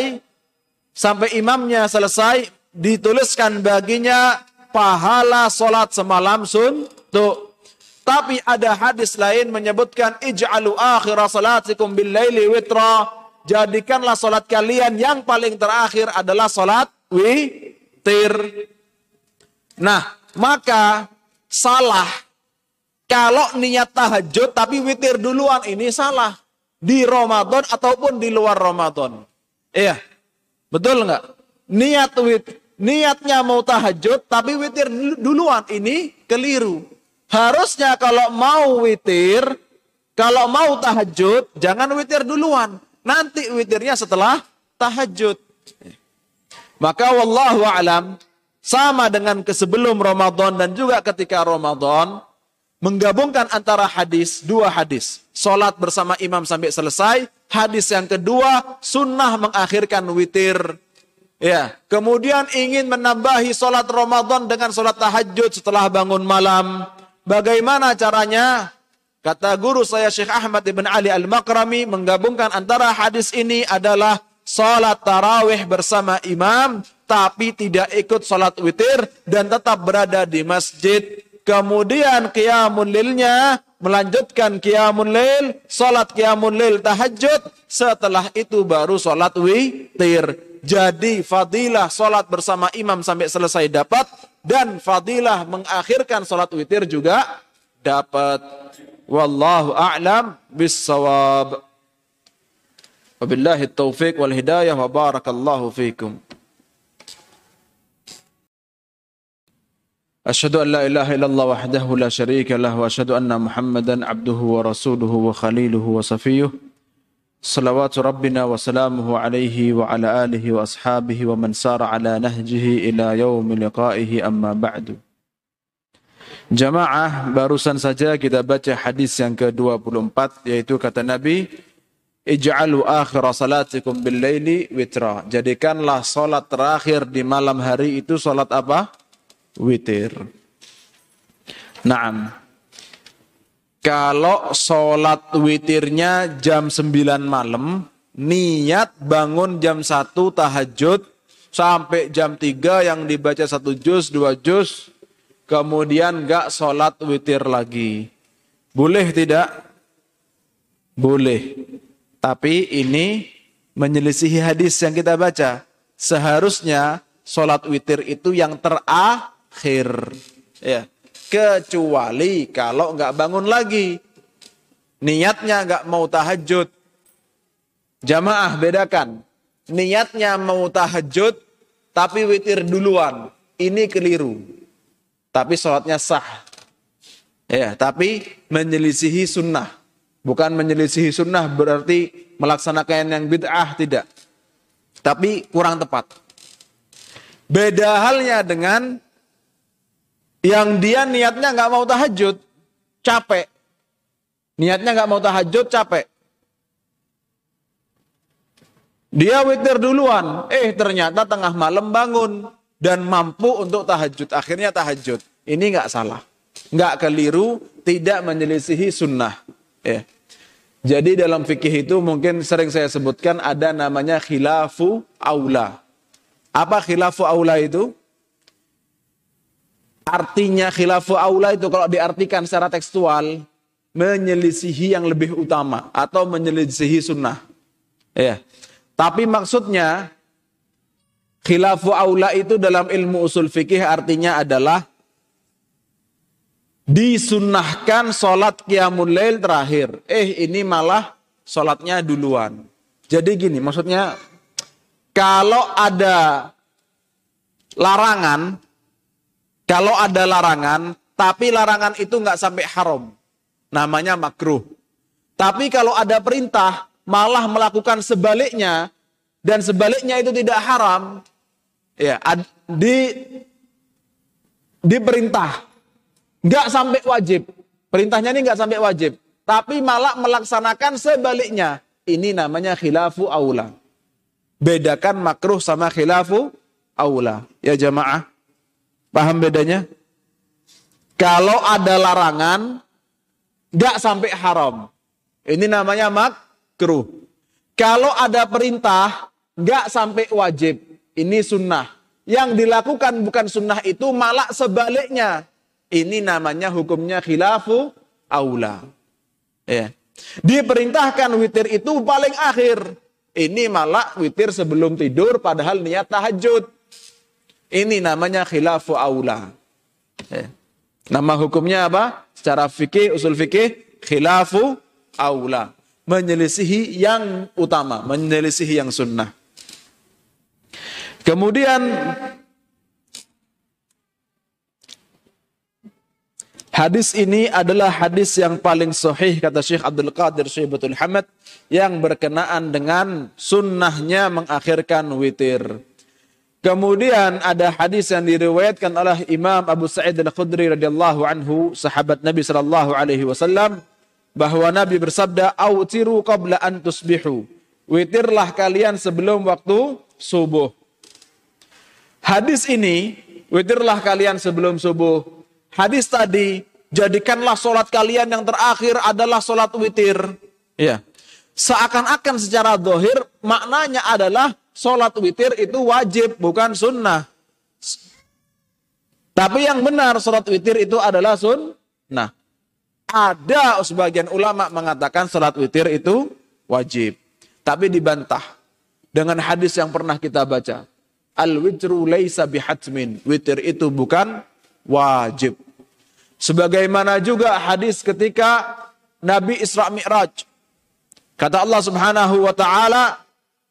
selesai, dituliskan baginya pahala salat semalam suntuk. Tapi ada hadis lain menyebutkan ij'alu akhir salatikum bil laili witra. Jadikanlah salat kalian yang paling terakhir adalah salat witir. Nah, maka salah kalau niat tahajud tapi witir duluan, ini salah. Di Ramadan ataupun di luar Ramadan. Iya. Betul enggak? Niatnya mau tahajud tapi witir duluan, ini keliru. Harusnya kalau mau witir, kalau mau tahajud, jangan witir duluan. Nanti witirnya setelah tahajud. Maka wallahu a'lam, sama dengan sebelum Ramadan dan juga ketika Ramadan, menggabungkan antara hadis, dua hadis. Salat bersama imam sampai selesai. Hadis yang kedua, sunnah mengakhirkan witir. Ya, kemudian ingin menambahi salat Ramadan dengan salat tahajud setelah bangun malam. Bagaimana caranya? Kata guru saya Syekh Ahmad ibn Ali Al-Makrami, menggabungkan antara hadis ini adalah sholat tarawih bersama imam, tapi tidak ikut sholat witir dan tetap berada di masjid. Kemudian qiyamul lailnya melanjutkan qiyamul lail, sholat qiyamul lail tahajud, setelah itu baru sholat witir. Jadi fadilah sholat bersama imam sampai selesai dapat, dan fadilah mengakhirkan sholat witir juga dapat. Wallahu a'lam bis-shawab. Wabillahi taufiq wal hidayah wa barakallahu fikum. Asyhadu an la ilaha illallah wahdahu la syarika lah wa asyhadu anna Muhammadan abduhu wa rasuluhu wa khaliluhu wa safiyuh. Salawatu rabbina wa salamuhu alaihi wa ala alihi wa ashabihi wa man sara ala nahjihi ila yaumi liqaihi, amma ba'du. Jamaah, barusan saja kita baca hadis yang ke-24, yaitu kata Nabi, ij'alu akhira salatikum bil laili witra. Jadikanlah salat terakhir di malam hari itu salat apa? Witir. Naam. Kalau sholat witirnya jam 9 malam, niat bangun jam 1 tahajud sampai jam 3 yang dibaca 1 juz, 2 juz, kemudian enggak sholat witir lagi. Boleh tidak? Boleh. Tapi ini menyelisihi hadis yang kita baca. Seharusnya sholat witir itu yang terakhir. Ya. Kecuali kalau enggak bangun lagi. Niatnya enggak mau tahajud. Jamaah bedakan. Niatnya mau tahajud tapi witir duluan. Ini keliru. Tapi sholatnya sah. Ya, tapi menyelisihi sunnah. Bukan menyelisihi sunnah berarti melaksanakan yang bid'ah, tidak. Tapi kurang tepat. Beda halnya dengan yang dia niatnya nggak mau tahajud, capek. Niatnya nggak mau tahajud, capek. Dia witir duluan, ternyata tengah malam bangun dan mampu untuk tahajud. Akhirnya tahajud. Ini nggak salah, nggak keliru, tidak menyelisihi sunnah. Jadi dalam fikih itu mungkin sering saya sebutkan ada namanya khilafu aula. Apa khilafu aula itu? Artinya khilafu aula itu kalau diartikan secara tekstual, menyelisihi yang lebih utama atau menyelisihi sunnah. Ya. Tapi maksudnya khilafu aula itu dalam ilmu usul fikih artinya adalah disunnahkan sholat qiyamul lail terakhir. Ini malah sholatnya duluan. Jadi gini, maksudnya kalau ada larangan, tapi larangan itu nggak sampai haram, namanya makruh. Tapi kalau ada perintah, malah melakukan sebaliknya, dan sebaliknya itu tidak haram, ya, diperintah. Nggak sampai wajib. Perintahnya ini nggak sampai wajib. Tapi malah melaksanakan sebaliknya. Ini namanya khilafu aula. Bedakan makruh sama khilafu aula. Ya jamaah. Paham bedanya? Kalau ada larangan, nggak sampai haram. Ini namanya makruh. Kalau ada perintah, nggak sampai wajib. Ini sunnah. Yang dilakukan bukan sunnah itu malah sebaliknya. Ini namanya hukumnya khilafu aula. Ya. Diperintahkan witir itu paling akhir. Ini malah witir sebelum tidur padahal niat tahajud. Ini namanya khilafu aula. Ya. Nama hukumnya apa? Secara fikih, usul fikih, khilafu aula. Menyelisihi yang utama, menyelisihi yang sunnah. Kemudian hadis ini adalah hadis yang paling sahih kata Syekh Abdul Qadir Syaibatul Hamad yang berkenaan dengan sunnahnya mengakhirkan witir. Kemudian ada hadis yang diriwayatkan oleh Imam Abu Sa'id Al-Khudri radhiyallahu anhu, sahabat Nabi sallallahu alaihi wasallam, bahwa Nabi bersabda, "Autiru qabla an tusbihu." Witirlah kalian sebelum waktu subuh. Hadis ini, witirlah kalian sebelum subuh. Hadis tadi, jadikanlah solat kalian yang terakhir adalah solat witir. Ya. Seakan-akan secara zahir maknanya adalah sholat witir itu wajib, bukan sunnah. Tapi yang benar sholat witir itu adalah sunnah. Ada sebagian ulama mengatakan sholat witir itu wajib. Tapi dibantah dengan hadis yang pernah kita baca. Al-witru laisa bihatmin. Witir itu bukan wajib. Sebagaimana juga hadis ketika Nabi Isra Mi'raj. Kata Allah Subhanahu wa ta'ala,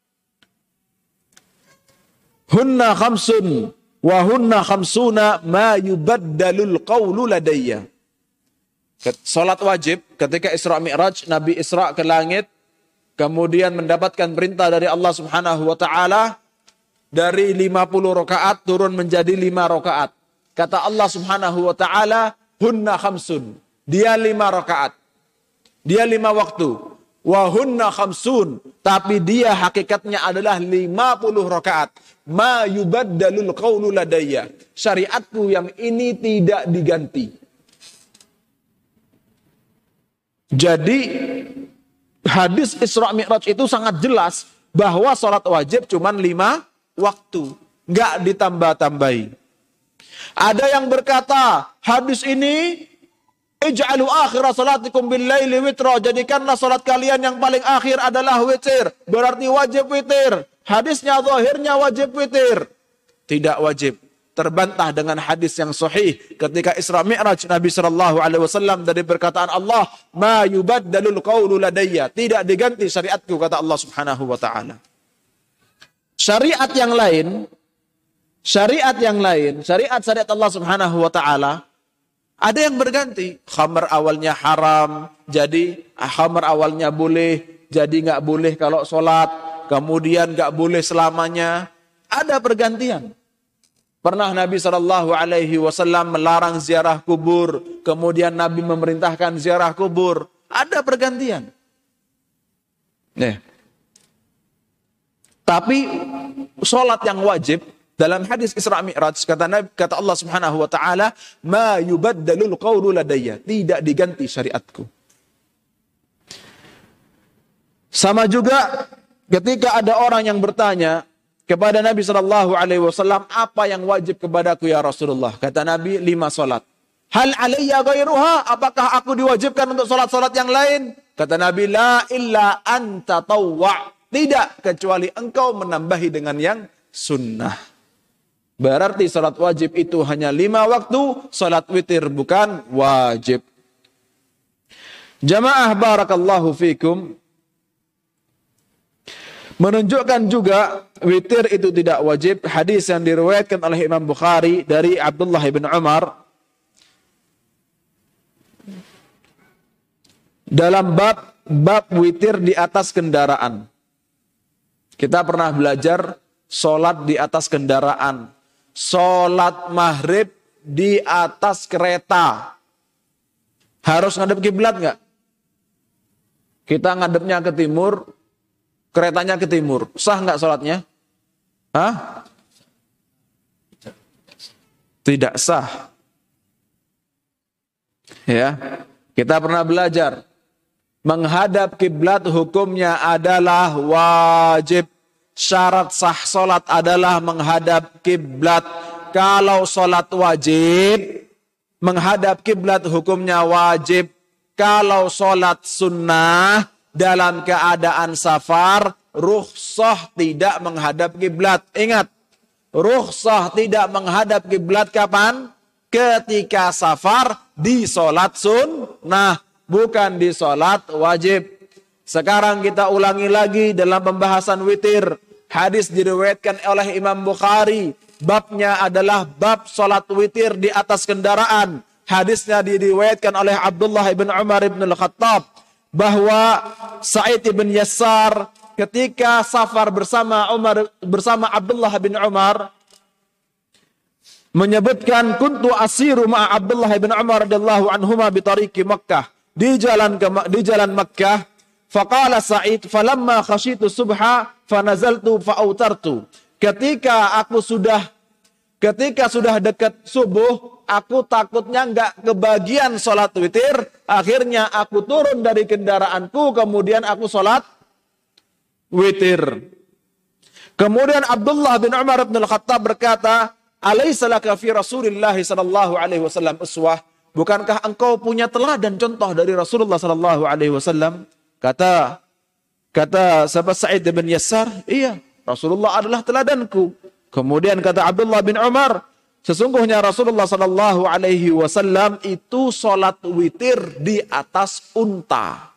hunna khamsun wa hunna khamsuna ma yubaddalul qawlu ladayya. Salat wajib ketika Isra Mi'raj, Nabi Isra ke langit, kemudian mendapatkan perintah dari Allah Subhanahu wa ta'ala, dari 50 rakaat turun menjadi 5 rakaat. Kata Allah Subhanahu wa ta'ala, hunna khamsun. Dia 5 rakaat. Dia 5 waktu. Wa hunna khamsun. Tapi dia hakikatnya adalah 50 rakaat. Ma yubaddalul qawlu ladayya. Syariatku yang ini tidak diganti. Jadi hadis Isra Mi'raj itu sangat jelas bahwa sholat wajib cuma 5 waktu. Nggak ditambah-tambahi. Ada yang berkata hadis ini ij'alu akhira salatikum bil laili witra. Jadikanlah sholat kalian yang paling akhir adalah witir. Berarti wajib witir. Hadisnya zahirnya wajib witir. Tidak wajib. Terbantah dengan hadis yang sahih ketika Isra Mi'raj Nabi sallallahu alaihi wasallam dari perkataan Allah, ma yubaddalul qawlu ladayya, tidak diganti syariatku, kata Allah Subhanahu wa taala. Syariat yang lain, syariat Allah Subhanahu wa taala ada yang berganti. Khamar awalnya haram, jadi khamar awalnya boleh, jadi enggak boleh kalau salat, kemudian enggak boleh selamanya. Ada pergantian. Pernah Nabi SAW melarang ziarah kubur. Kemudian Nabi memerintahkan ziarah kubur. Ada pergantian. Tapi sholat yang wajib dalam hadis Isra Mi'raj kata Allah Subhanahu wa taala, ma yubaddalul qawlu ladayya, tidak diganti syariatku. Sama juga ketika ada orang yang bertanya kepada Nabi SAW, apa yang wajib kepadaku ya Rasulullah? Kata Nabi, 5 salat. Hal alayya ghairuha? Apakah aku diwajibkan untuk salat-salat yang lain? Kata Nabi, la illa anta tawwa'. Tidak, kecuali engkau menambahi dengan yang sunnah. Berarti salat wajib itu hanya 5 waktu, salat witir bukan wajib. Jamaah barakallahu fikum. Menunjukkan juga witir itu tidak wajib. Hadis yang diriwayatkan oleh Imam Bukhari dari Abdullah bin Umar dalam bab witir di atas kendaraan. Kita pernah belajar sholat di atas kendaraan, sholat maghrib di atas kereta. Harus ngadep kiblat nggak? Kita ngadepnya ke timur, keretanya ke timur, sah nggak sholatnya? Hah? Tidak sah. Ya, kita pernah belajar menghadap kiblat hukumnya adalah wajib. Syarat sah sholat adalah menghadap kiblat. Kalau sholat wajib, menghadap kiblat hukumnya wajib. Kalau sholat sunnah dalam keadaan safar, rukhsah tidak menghadap kiblat. Ingat, rukhsah tidak menghadap kiblat kapan? Ketika safar di sholat sunnah, bukan di sholat wajib. Sekarang kita ulangi lagi dalam pembahasan witir. Hadis diriwayatkan oleh Imam Bukhari. Babnya adalah bab sholat witir di atas kendaraan. Hadisnya diriwayatkan oleh Abdullah bin Umar bin Al-Khattab. Bahwa Sa'id bin Yassar ketika safar bersama Abdullah bin Umar menyebutkan kuntu asiru ma'a Abdullah bin Umar radhiyallahu anhuma bi tariqi Makkah, di jalan Makkah. Faqala Sa'id falamma khashitu subha fanazaltu fa'autartu. Ketika sudah dekat subuh, aku takutnya enggak kebagian sholat witir. Akhirnya aku turun dari kendaraanku, kemudian aku sholat witir. Kemudian Abdullah bin Umar bin Al-Khattab berkata, "Alaisa laka fi Rasulillah sallallahu alaihi wasallam uswah?" Bukankah engkau punya teladan contoh dari Rasulullah sallallahu alaihi wasallam? Kata sahabat Sa'id bin Yassar, "Iya, Rasulullah adalah teladanku." Kemudian kata Abdullah bin Umar, "Sesungguhnya Rasulullah sallallahu alaihi wasallam itu salat witir di atas unta."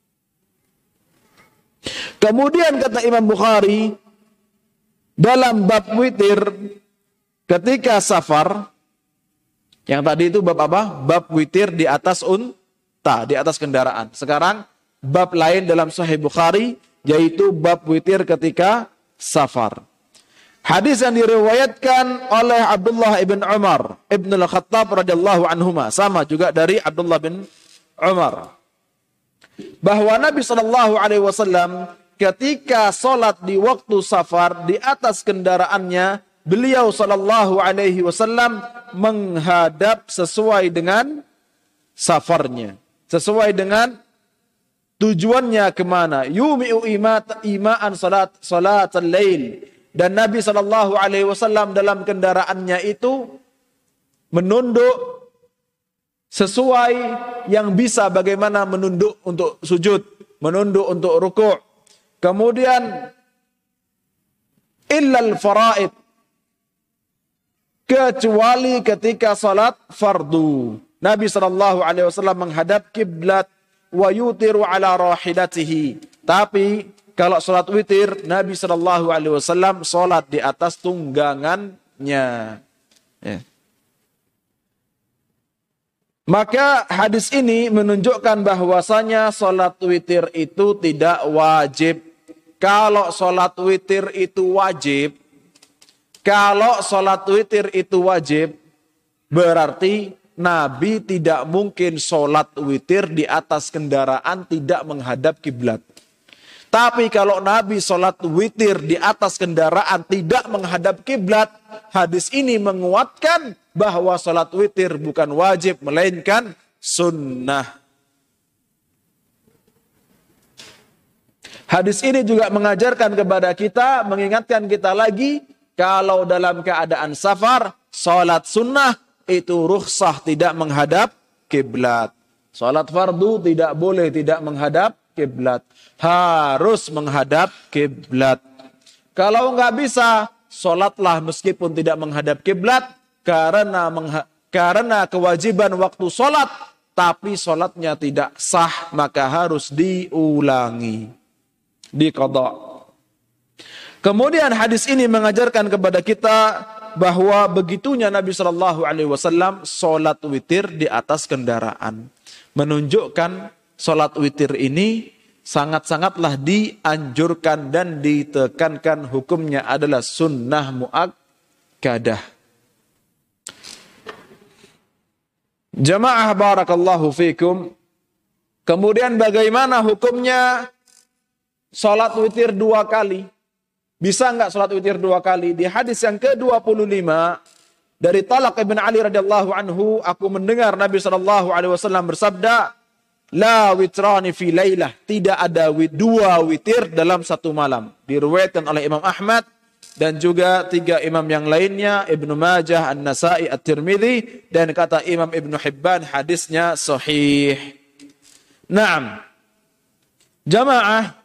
Kemudian kata Imam Bukhari dalam bab witir ketika safar, yang tadi itu bab apa? Bab witir di atas unta, di atas kendaraan. Sekarang bab lain dalam Sahih Bukhari yaitu bab witir ketika safar. Hadis yang diriwayatkan oleh Abdullah ibn Umar ibn al-Khattab radhiyallahu anhuma, sama juga dari Abdullah bin Umar, bahwa Nabi sallallahu alaihi wasallam ketika salat di waktu safar di atas kendaraannya, beliau sallallahu alaihi wasallam menghadap sesuai dengan safarnya, sesuai dengan tujuannya kemana. Yumi'u ima'an salat al-lail. Dan Nabi sallallahu alaihi wasallam dalam kendaraannya itu menunduk sesuai yang bisa, bagaimana menunduk untuk sujud, menunduk untuk rukuk. Kemudian illal faraid, kecuali ketika salat fardu, Nabi sallallahu alaihi wasallam menghadap kiblat wa yutiru ala rahilatihi. Tapi kalau salat witir, Nabi sallallahu alaihi wasallam salat di atas tunggangannya. Ya. Maka hadis ini menunjukkan bahwasanya salat witir itu tidak wajib. Kalau salat witir itu wajib, berarti Nabi tidak mungkin salat witir di atas kendaraan tidak menghadap kiblat. Tapi kalau Nabi salat witir di atas kendaraan tidak menghadap kiblat, hadis ini menguatkan bahwa salat witir bukan wajib melainkan sunnah. Hadis ini juga mengajarkan kepada kita, mengingatkan kita lagi, kalau dalam keadaan safar, salat sunnah itu rukhsah tidak menghadap kiblat. Salat fardu tidak boleh tidak menghadap kiblat, harus menghadap kiblat. Kalau nggak bisa, salatlah meskipun tidak menghadap kiblat, karena kewajiban waktu salat, tapi salatnya tidak sah, maka harus diulangi, diqadha. Kemudian hadis ini mengajarkan kepada kita bahwa begitunya Nabi Shallallahu Alaihi Wasallam salat witir di atas kendaraan, menunjukkan salat witir ini sangat-sangatlah dianjurkan dan ditekankan, hukumnya adalah sunnah muakkadah. Jamaah barakallahu fikum. Kemudian bagaimana hukumnya salat witir 2 kali? Bisa enggak salat witir 2 kali? Di hadis yang ke-25 dari Talaq ibn Ali radhiyallahu anhu, aku mendengar Nabi sallallahu alaihi wasallam bersabda, "La witrani fi lailah." Tidak ada 2 witir dalam satu malam. Diriwayatkan oleh Imam Ahmad dan juga 3 imam yang lainnya, Ibnu Majah, An-Nasa'i, At-Tirmidzi, dan kata Imam Ibnu Hibban hadisnya sahih. Naam. Jamaah,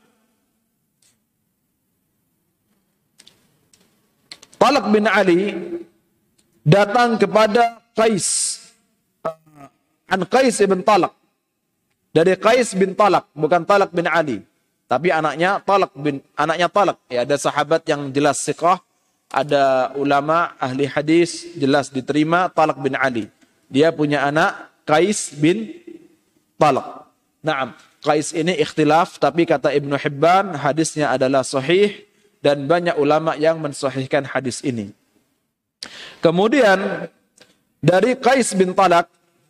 Talaq bin Ali datang kepada Qais, an Qais bin Talaq, dari Qais bin Talaq, bukan Talaq bin Ali, tapi anaknya Talaq. Ya, ada sahabat yang jelas siqah, ada ulama ahli hadis jelas diterima, Talaq bin Ali. Dia punya anak Qais bin Talaq. Naam, Qais ini ikhtilaf, tapi kata Ibnu Hibban hadisnya adalah sahih dan banyak ulama yang mensahihkan hadis ini. Kemudian dari Qais bin Talaq,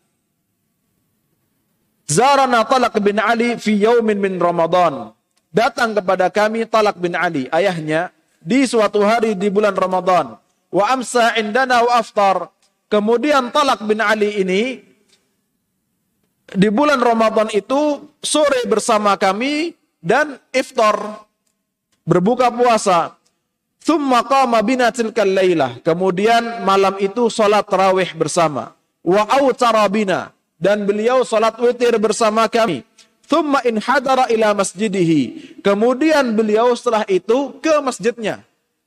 zarana Talaq bin Ali fi yaumin min Ramadan. Datang kepada kami Talaq bin Ali, ayahnya, di suatu hari di bulan Ramadan. Wa amsa indana wa aftar. Kemudian Talaq bin Ali ini di bulan Ramadan itu sore bersama kami dan iftar. berbuka puasa. Tsumma qama bina tilkal lailah. Kemudian malam itu salat tarawih bersama. Wa autara bina, dan beliau salat witir bersama kami. Tsumma inhadara ila masjidihi. Kemudian beliau setelah itu ke masjidnya.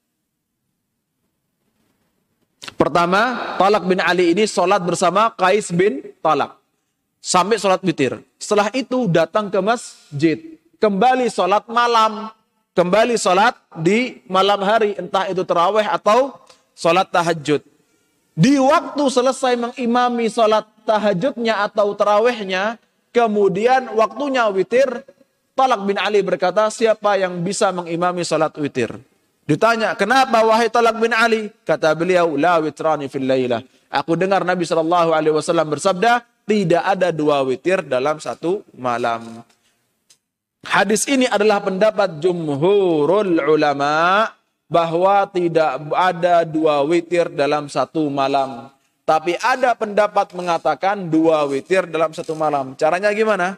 Pertama, Talak bin Ali ini salat bersama Qais bin Talak sampai salat witir. Setelah itu datang ke masjid, kembali salat malam, kembali salat di malam hari, entah itu tarawih atau salat tahajud. Di waktu selesai mengimami salat tahajudnya atau tarawihnya, kemudian waktunya witir, Talak bin Ali berkata, siapa yang bisa mengimami salat witir? Ditanya, kenapa wahai Talak bin Ali? Kata beliau, la witrani fil lailah. Aku dengar Nabi SAW bersabda, tidak ada 2 witir dalam satu malam. Hadis ini adalah pendapat jumhurul ulama bahwa tidak ada 2 witir dalam satu malam. Tapi ada pendapat mengatakan 2 witir dalam satu malam. Caranya gimana?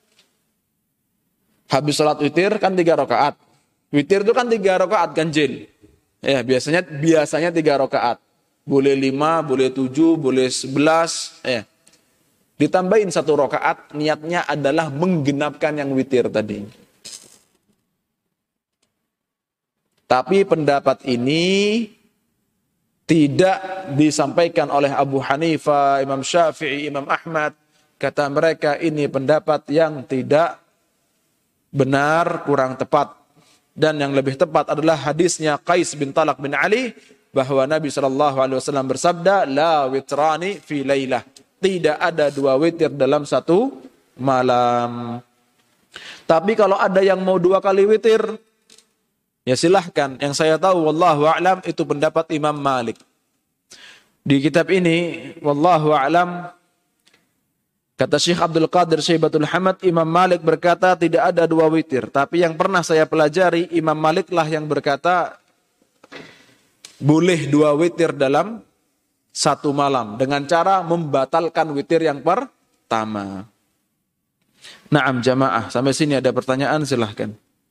Habis sholat witir kan 3 rakaat. Witir itu kan 3 rakaat kan Jin? Ya, biasanya 3 rakaat. Boleh 5, boleh 7, boleh 11. Ya. Ditambahin 1 rakaat, niatnya adalah menggenapkan yang witir tadi. Tapi pendapat ini tidak disampaikan oleh Abu Hanifah, Imam Syafi'i, Imam Ahmad. Kata mereka ini pendapat yang tidak benar, kurang tepat. Dan yang lebih tepat adalah hadisnya Qais bin Talak bin Ali bahwa Nabi SAW bersabda, la witrani fi lailah. Tidak ada 2 witir dalam satu malam. Tapi kalau ada yang mau 2 kali witir, ya silahkan. Yang saya tahu, wallahu a'lam, itu pendapat Imam Malik. Di kitab ini, wallahu a'lam, kata Syekh Abdul Qadir Syaibatul Hamad, Imam Malik berkata tidak ada 2 witir. Tapi yang pernah saya pelajari, Imam Malik lah yang berkata boleh 2 witir dalam satu malam. Dengan cara membatalkan witir yang pertama. Naam jamaah, sampai sini ada pertanyaan silahkan.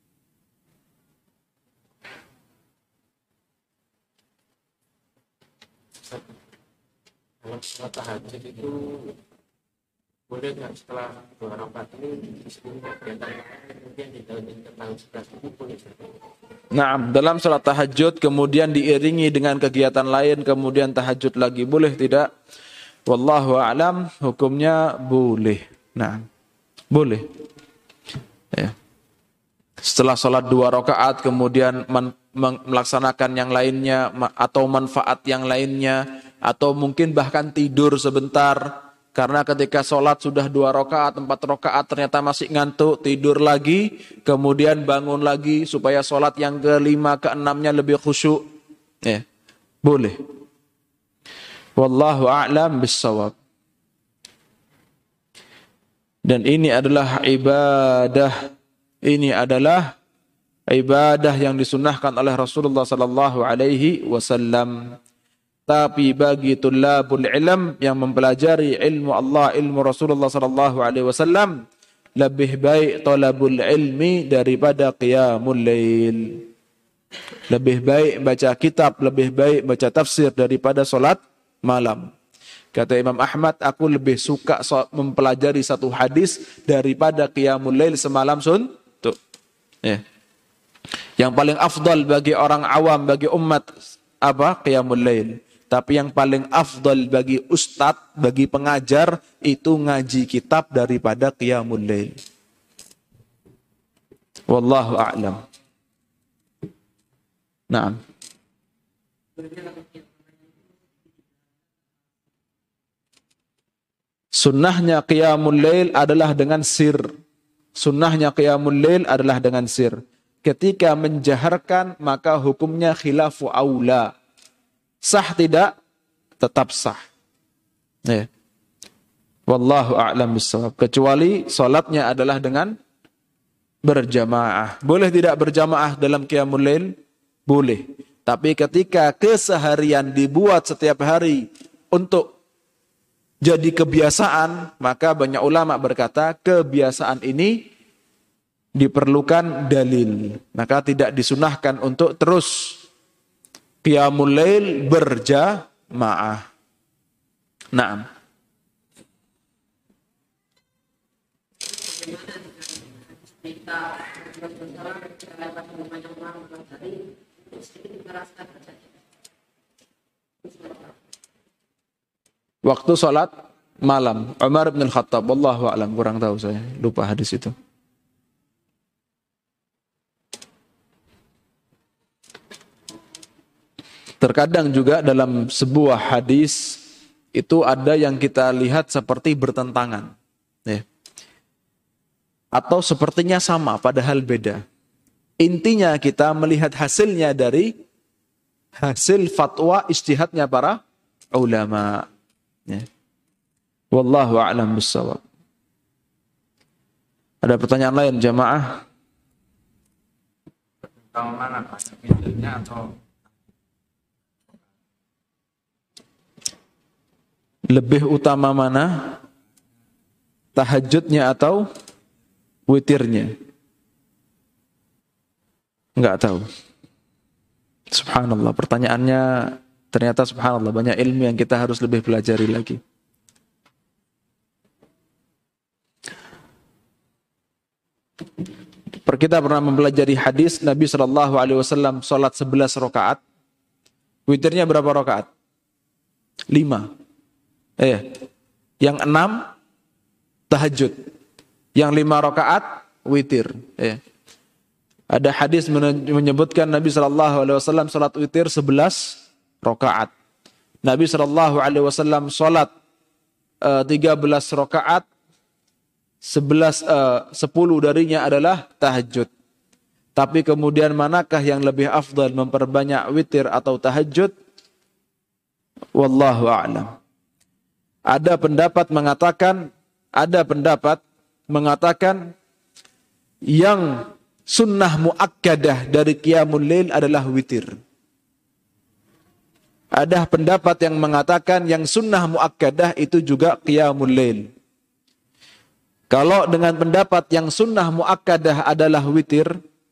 Kalau sholat tahajud itu boleh nggak setelah 2 rakaat ini disebutnya kemudian ditahuin ke tahun 11 itu boleh? Nah, dalam sholat tahajud kemudian diiringi dengan kegiatan lain, kemudian tahajud lagi, boleh tidak? Wallahu a'lam, hukumnya boleh. Nah, boleh. Ya. Setelah sholat 2 rakaat kemudian melaksanakan yang lainnya atau manfaat yang lainnya, atau mungkin bahkan tidur sebentar. Karena ketika sholat sudah 2 rakaat, 4 rakaat ternyata masih ngantuk, tidur lagi, kemudian bangun lagi supaya sholat yang ke-5, ke-6-nya lebih khusyuk. Ya, boleh. Wallahu a'lam bissawab. Dan ini adalah ibadah. Ini adalah ibadah yang disunnahkan oleh Rasulullah sallallahu alaihi wasallam. Tapi bagi tulabul ilm yang mempelajari ilmu Allah, ilmu Rasulullah sallallahu alaihi wasallam, lebih baik talabul ilmi daripada qiyamul lail. Lebih baik baca kitab, lebih baik baca tafsir daripada solat malam. Kata Imam Ahmad, aku lebih suka mempelajari 1 hadis daripada qiyamul lail semalam suntuk. Ya. Yang paling afdal bagi orang awam, bagi umat, apa? Qiyamul lail. Tapi yang paling afdal bagi ustadz, bagi pengajar, itu ngaji kitab daripada qiyamul lail. Wallahu a'lam. Naam. Sunnahnya qiyamul lail adalah dengan sir. Sunnahnya qiyamul lail adalah dengan sir. Ketika menjaharkan, maka hukumnya khilafu aula. Sah tidak? Tetap sah. Ya. Wallahu a'lam bissawab. Kecuali salatnya adalah dengan berjamaah. Boleh tidak berjamaah dalam qiyamul lail? Boleh. Tapi ketika keseharian dibuat setiap hari untuk jadi kebiasaan, maka banyak ulama berkata kebiasaan ini diperlukan dalil. Maka tidak disunahkan untuk terus qiyamul lail berjamaah. Naam. Waktu sholat malam, Umar bin Al-Khattab, wallahu a'lam, kurang tahu saya, lupa hadis itu. Terkadang juga dalam sebuah hadis itu ada yang kita lihat seperti bertentangan, ya. Atau sepertinya sama padahal beda. Intinya kita melihat hasilnya dari hasil fatwa ijtihadnya para ulama. Ya. Wallahu a'lam bissawab. Ada pertanyaan lain jamaah? Tentang mana Pak? Witirnya atau lebih utama mana? Tahajudnya atau witirnya? Enggak tahu. Subhanallah, pertanyaannya ternyata subhanallah banyak ilmu yang kita harus lebih pelajari lagi. Kita pernah mempelajari hadis Nabi SAW sholat 11 rakaat. Witirnya berapa rakaat? 5. Yang 6 tahajud. Yang 5 rakaat witir. Ada hadis menyebutkan Nabi SAW sholat witir 11 rakaat. Nabi SAW sholat 13 rakaat, 10 darinya adalah tahajud. Tapi kemudian manakah yang lebih afdal, memperbanyak witir atau tahajud? Wallahu a'lam. Ada pendapat mengatakan yang sunnah muakkadah dari qiyamul lail adalah witir. Ada pendapat yang mengatakan yang sunnah muakkadah itu juga qiyamul lail. Kalau dengan pendapat yang sunnah muakkadah adalah witir,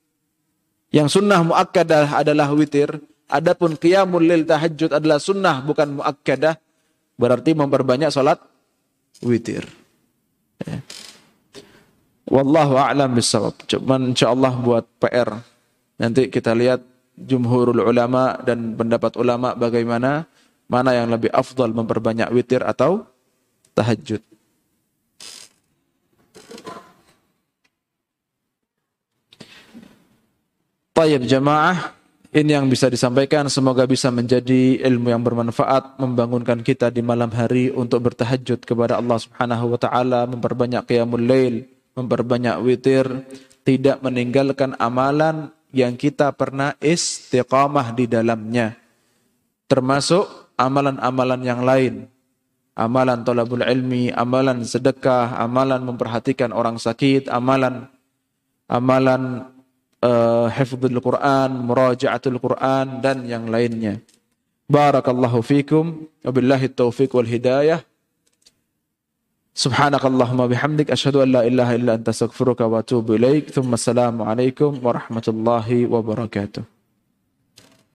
adapun qiyamul lail tahajud adalah sunnah bukan muakkadah, berarti memperbanyak salat witir. Wallahu a'lam bissawab. Cuman insyaallah buat PR. Nanti kita lihat jumhurul ulama dan pendapat ulama bagaimana, mana yang lebih afdal, memperbanyak witir atau tahajud. Tayyib jamaah, ini yang bisa disampaikan, semoga bisa menjadi ilmu yang bermanfaat, membangunkan kita di malam hari untuk bertahajud kepada Allah Subhanahu wa taala, memperbanyak qiyamul lail, memperbanyak witir, tidak meninggalkan amalan yang kita pernah istiqamah di dalamnya. Termasuk amalan-amalan yang lain. Amalan thalabul ilmi, amalan sedekah, amalan memperhatikan orang sakit, amalan hifdzul Quran, muraja'atul Quran dan yang lainnya. Barakallahu fikum, wabillahi taufiq wal hidayah. Subhanakallahumma bihamdik, asyhadu an la ilaha illa anta astaghfiruka wa atubu ilaik. Tsumma assalamu alaikum warahmatullahi wabarakatuh.